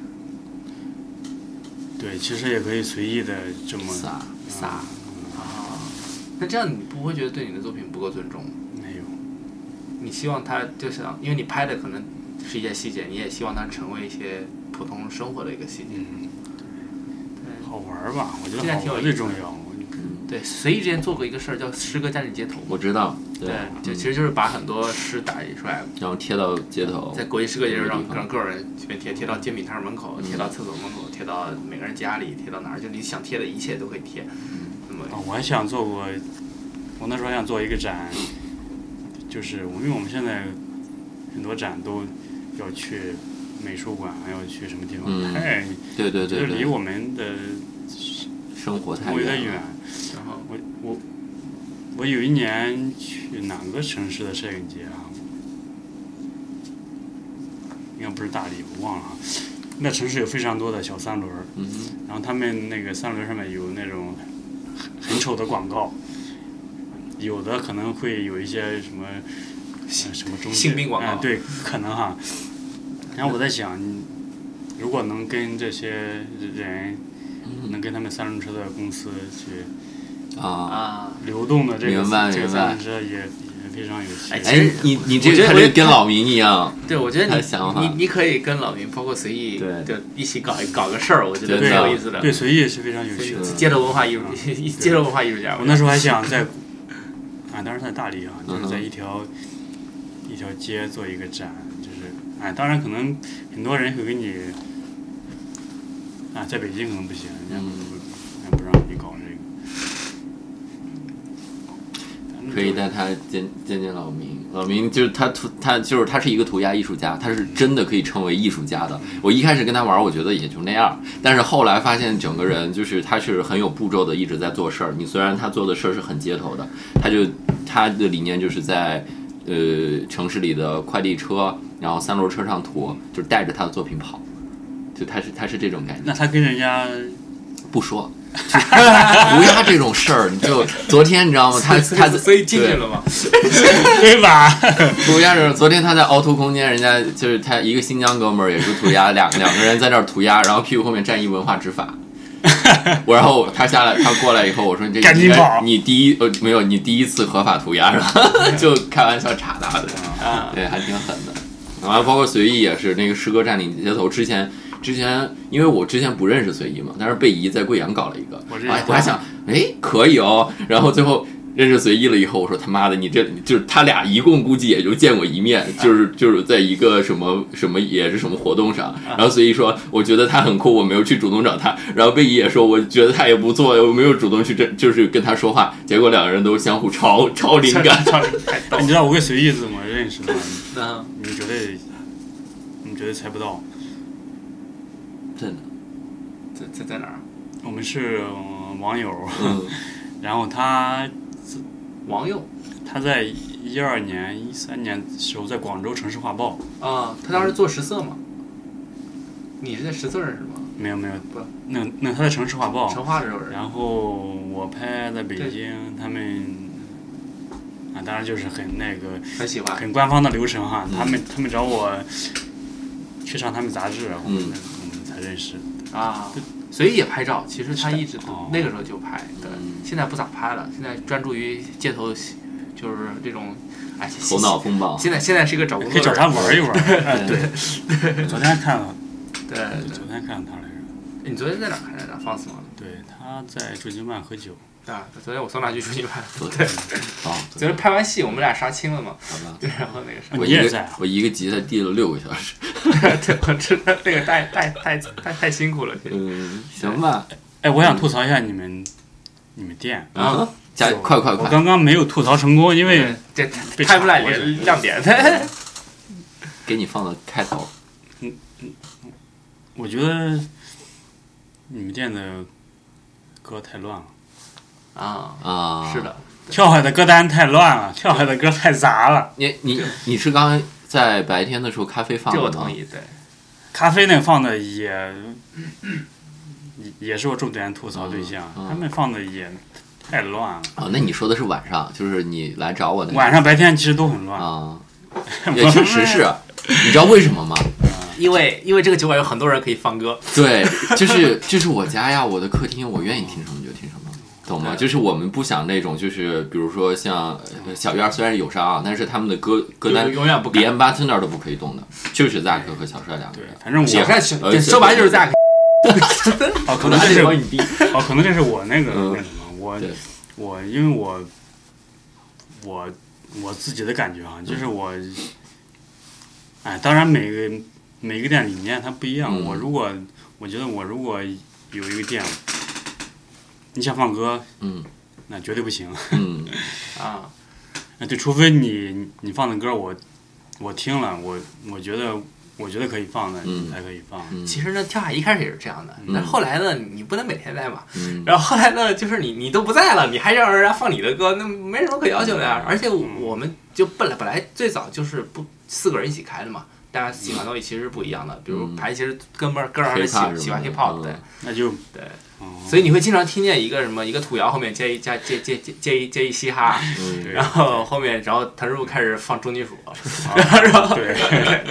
对，其实也可以随意的这么撒撒啊。那这样你不会觉得对你的作品不够尊重吗？ 没有。 你希望它就像，因为你拍的可能是一些细节，你也希望它成为一些普通生活的一个细节。 嗯， 对。 好玩吧？我觉得好玩最重要。 对，随意之前做过一个事儿叫诗歌家里街头。 我知道， 对， 对就其实就是把很多诗打印出来， 然后贴到街头， 在国际诗歌节上让让各种人随便贴，贴到煎饼摊门口，嗯、贴到厕所门口，贴到每个人家里，贴到哪儿，就你想贴的一切都可以贴。那么、 啊，我还想做过，我那时候还想做一个展，就是因为我们现在很多展都要去美术馆，还要去什么地方， 嗯、 太对对对对， 离我们的生活太有点远。 然后我我我有一年去哪个城市的摄影节啊？应该不是大理，我忘了啊。那城市有非常多的小三轮， 嗯、 然后他们那个三轮上面有那种很很丑的广告，有的可能会有一些什么、呃、什么中性病广告、 呃，对，可能哈。然后我在想，如果能跟这些人。能跟他们三轮车的公司去啊流动的这个这个三轮车也也非常有趣。 哎，你你这个还是跟老明一样， 对，我觉得你你你可以跟老明，包括随意， 对， 就一起搞搞个事儿，我觉得挺有意思的。 对，随意是非常有趣的。 街头文化艺术，街头文化艺术家。 我那时候还想在啊，当然在大理啊，就是在一条一条街做一个展，就是哎，当然可能很多人会给你。啊，在北京可能不行，人家不，人家不让你搞这个。反可以带他见见见老明。老明就是他涂他就是他是一个涂鸦艺术家，他是真的可以称为艺术家的。我一开始跟他玩，我觉得也就那样，但是后来发现整个人就是他是很有步骤的，一直在做事儿。你虽然他做的事儿是很街头的，他就他的理念就是在呃城市里的快递车，然后三轮车上涂，就是带着他的作品跑，就他是他是这种感觉。 那他跟人家不说。涂鸦这种事儿，你就昨天你知道吗？他他所以进去了吗？ 对吧？ 涂鸦人，昨天他在凹凸空间，人家就是他一个新疆哥们儿也是涂鸦，两两个人在那儿涂鸦，然后屁股后面站一文化执法。我然后他下来，他过来以后，我说你这赶紧跑， 你第一呃没有你第一次合法涂鸦是吧？就开玩笑插他的，对，还挺狠的。然后包括随意也是那个诗歌占领街头之前。之前因为我之前不认识随意嘛，但是贝姨在贵阳搞了一个，我还我还想，哎，可以哦。然后最后认识随意了以后，我说他妈的，你这就是他俩一共估计也就见过一面，就是就是在一个什么什么也是什么活动上。然后随意说，我觉得他很酷，我没有去主动找他。然后贝姨也说，我觉得他也不错，我没有主动去这就是跟他说话。结果两个人都相互超超灵感。 你知道我跟随意怎么认识的吗？ 嗯， 你绝对你绝对猜不到。 真的， 在在在哪儿？ 我们是、呃、网友， 嗯、 然后他网友， 他在一二年、一三年的时候在广州城市画报。 啊，他当时做实色嘛？你是在实色认识吗？ 没有没有， 不， 那那他在城市画报。 成画的时候认识。 然后我拍在北京，他们啊，当然就是很那个， 很喜欢， 很官方的流程哈。 嗯、 他们他们找我去上他们杂志，我们、 嗯、 我们才认识啊。所以也拍照，其实他一直、 哦、 那个时候就拍，对、 嗯， 现在不咋拍了，现在专注于街头，就是这种，哎， 头脑风暴。 现在现在是一个找工作， 可以找他玩一玩。 对对对，昨天看了， 对， 昨天看了他来着。 你昨天在哪看来着？放肆吗？ 对，他在驻京办喝酒。 啊，昨天我送他去驻京办。对， 哦， 昨天拍完戏，我们俩杀青了嘛。 好吧。 对，然后那个啥， 我一个我一个吉他递了六个小时。 对，我知道那个太太太太太辛苦了。 嗯，行吧。 哎，我想吐槽一下你们，你们店啊，加快快快！ 我刚刚没有吐槽成功，因为这拍不来亮点。 给你放到开头。 嗯嗯，我觉得你们店的歌太乱了。 啊啊！ 是的， 跳海的歌单太乱了，跳海的歌太杂了。 你你你是刚刚在白天的时候咖啡放的吗？ 这我同意，对。 咖啡那个放的也也是我重点吐槽对象， 嗯嗯、 他们放的也太乱了。 哦，那你说的是晚上，就是你来找我的。 晚上白天其实都很乱啊，也确实是。你知道为什么吗？ 因为因为这个酒馆有很多人可以放歌。 对，就是就是我家呀，我的客厅，我愿意听什么就听什么。懂吗？就是我们不想那种，就是比如说像小院虽然有伤啊，但是他们的歌歌单永远不连巴特那儿都不可以动的，就是扎克和小帅两个人。 反正我说白就是扎克。 哦，可能这是哦，可能这是我那个那什么，我我因为我我我自己的感觉啊，就是我，哎，当然每个每个店理念它不一样。我如果我觉得我如果有一个店。你想放歌， 嗯， 那绝对不行， 嗯， 啊， 那对，除非你你放的歌我我听了，我我觉得我觉得可以放的， 嗯， 你才可以放。 嗯、其实呢，跳海一开始也是这样的， 嗯、 但后来呢，你不能每天在嘛， 嗯， 然后后来呢，就是你你都不在了，你还让人家放你的歌，那没什么可要求的呀。而且我们就本来本来最早就是不四个人一起开的嘛。大家喜欢的东西其实是不一样的，比如排其实哥们儿个人还是喜喜欢 hip hop 对， 那就对，所以你会经常听见一个什么一个土窑后面接一加接接接接一接一嘻哈，然后后面然后谭师傅开始放重金属，然后对，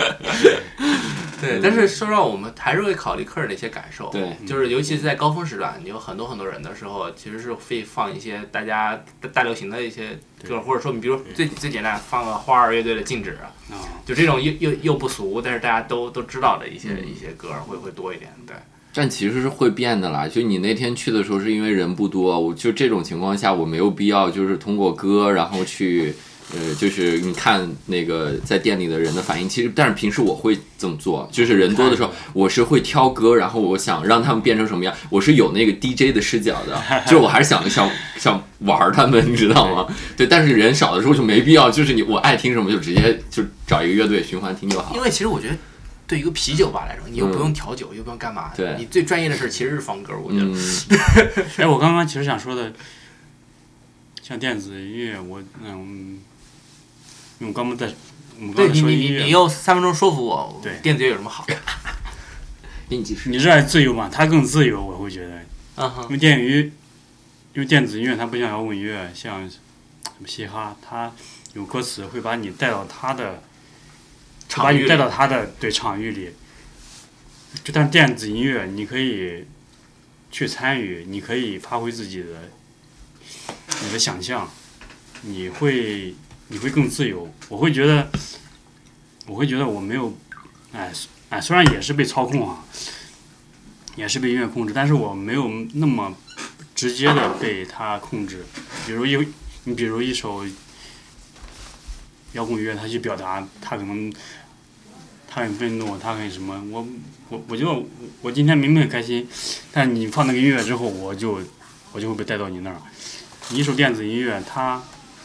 对，但是说实话，我们还是会考虑客人的一些感受， 对， 就是尤其是在高峰时段，你有很多很多人的时候，其实是会放一些大家大流行的一些歌，或者说你比如最最简单放个花儿乐队的静止。就这种又又又不俗，但是大家都都知道的一些、嗯、一些歌会会多一点，对。 但其实是会变的啦。就你那天去的时候，是因为人不多，我就这种情况下，我没有必要就是通过歌，然后去呃，就是你看那个在店里的人的反应，其实但是平时我会这么做，就是人多的时候，我是会挑歌，然后我想让他们变成什么样，我是有那个 D J 的视角的，就是我还是想想想玩他们，你知道吗？对，但是人少的时候就没必要，就是你我爱听什么就直接就找一个乐队循环听就好。 因为其实我觉得。对一个啤酒吧来说，你又不用调酒，嗯、又不用干嘛， 对， 你最专业的事其实是放歌，我觉得。 嗯、 哎，我刚刚其实想说的，像电子音乐，我嗯，因为我刚刚在我们刚才说音乐， 你你用三分钟说服我， 对， 电子乐有什么好？ 你继续。 你热爱自由嘛？它更自由，我会觉得， 嗯哼， 因为电音，因为电子音乐它不像摇滚乐，像什么嘻哈，它有歌词会把你带到它的。把你带到他的对场域里，就但电子音乐你可以去参与，你可以发挥自己的你的想象，你会你会更自由。我会觉得，我会觉得我没有，哎哎，虽然也是被操控啊，也是被音乐控制，但是我没有那么直接的被它控制。比如一你比如一首摇滚乐，它去表达，它可能。他很愤怒，他很什么？我我我就我今天明明很开心，但你放那个音乐之后，我就我就会被带到你那儿。一首电子音乐，它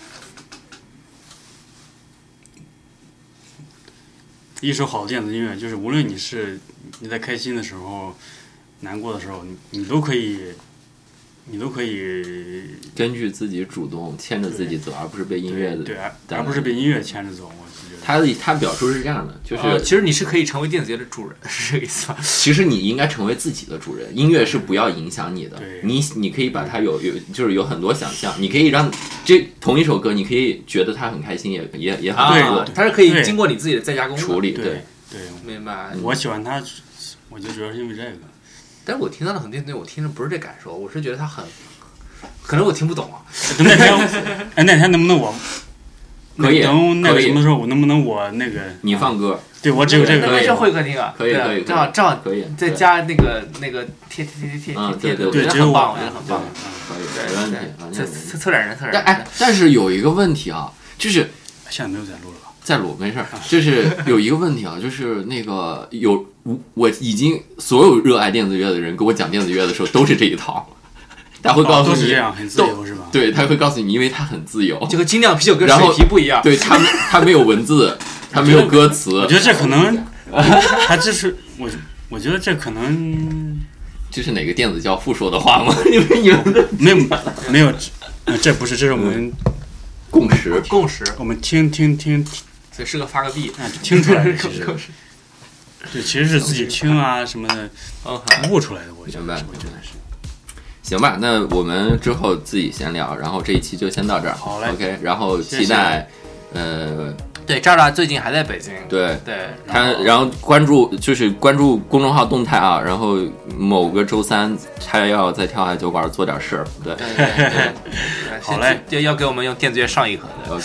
一首好的电子音乐，就是无论你是你在开心的时候、难过的时候，你你都可以，你都可以根据自己主动牵着自己走，而不是被音乐的对，对而不是被音乐牵着走。 他的他表述是这样的，就是、 呃、其实你是可以成为电子乐的主人，是这个意思吧？ 其实你应该成为自己的主人，音乐是不要影响你的。你你可以把它有有就是有很多想象，你可以让这同一首歌，你可以觉得它很开心，也也也很快乐，它是可以经过你自己的再加工处理。 对对， 对明白。 我喜欢它，我就主要是因为这个。 但是我听到的很电子乐，我听着不是这感受，我是觉得它很，可能我听不懂啊。 那天哎，那天能不能我？ 可以， 等那个什么时候，我能不能我那个你放歌？ 对我只有这个。 那是会客厅啊， 可以可以， 正好正好可以， 再加那个那个贴贴贴贴贴贴， 对我觉得很棒，我觉得很棒。 可以，没问题。 策策策展人，策展人。 哎，但是有一个问题啊，就是现在没有在录了吧？ 在录，没事儿。就是有一个问题啊，就是那个有我已经所有热爱电子乐的人给我讲电子乐的时候，都是这一套。他会告诉你， 都是这样，很自由是吧？ 对，他会告诉你，因为他很自由。 这个精酿啤酒跟水啤不一样。 对他，他没有文字，他没有歌词。 我觉得这可能，他这是我，我觉得这可能， 这是哪个电子教父说的话吗？你们你们没有没有，这不是，这是我们共识共识。 我们听听听， 这是个发个币， 听出来的其实。对，其实是自己听啊什么的悟出来的，我觉得，我觉得是。 行吧，那我们之后自己闲聊，然后这一期就先到这儿。 好嘞 ，OK， 然后期待， 谢谢呃， 对，渣渣最近还在北京， 对对， 他然后关注就是关注公众号动态啊，然后某个周三他要在跳海酒馆做点事儿，对， 对对对好嘞， 要要给我们用电子乐上一课的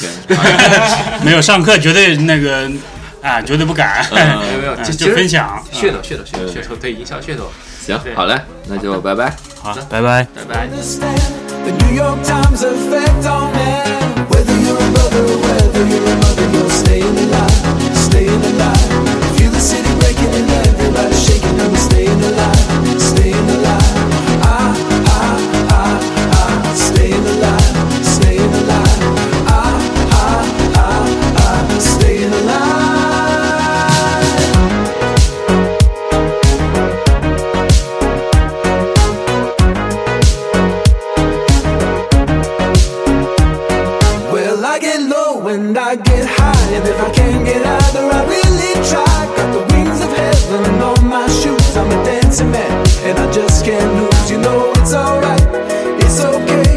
，OK， 没有上课绝对那个啊，绝对不敢， 没有没有，就就分享噱头噱头噱头噱头，对，营销噱头。 行，好嘞，那就拜拜。 好，拜拜， 拜拜。 The New York Times effect on man. Whether you're a brother, whether you're a mother, you're staying alive, staying alive. Feel the city breaking and everybody shaking and we're staying alive, staying alive. Ah, ah, ah, ah, staying alive, staying alive. Ah, ah, ah, ah, staying alive. And I get high, and if I can't get either, I really try. Got the wings of heaven on my shoes. I'm a dancing man, and I just can't lose. You know it's alright, it's okay.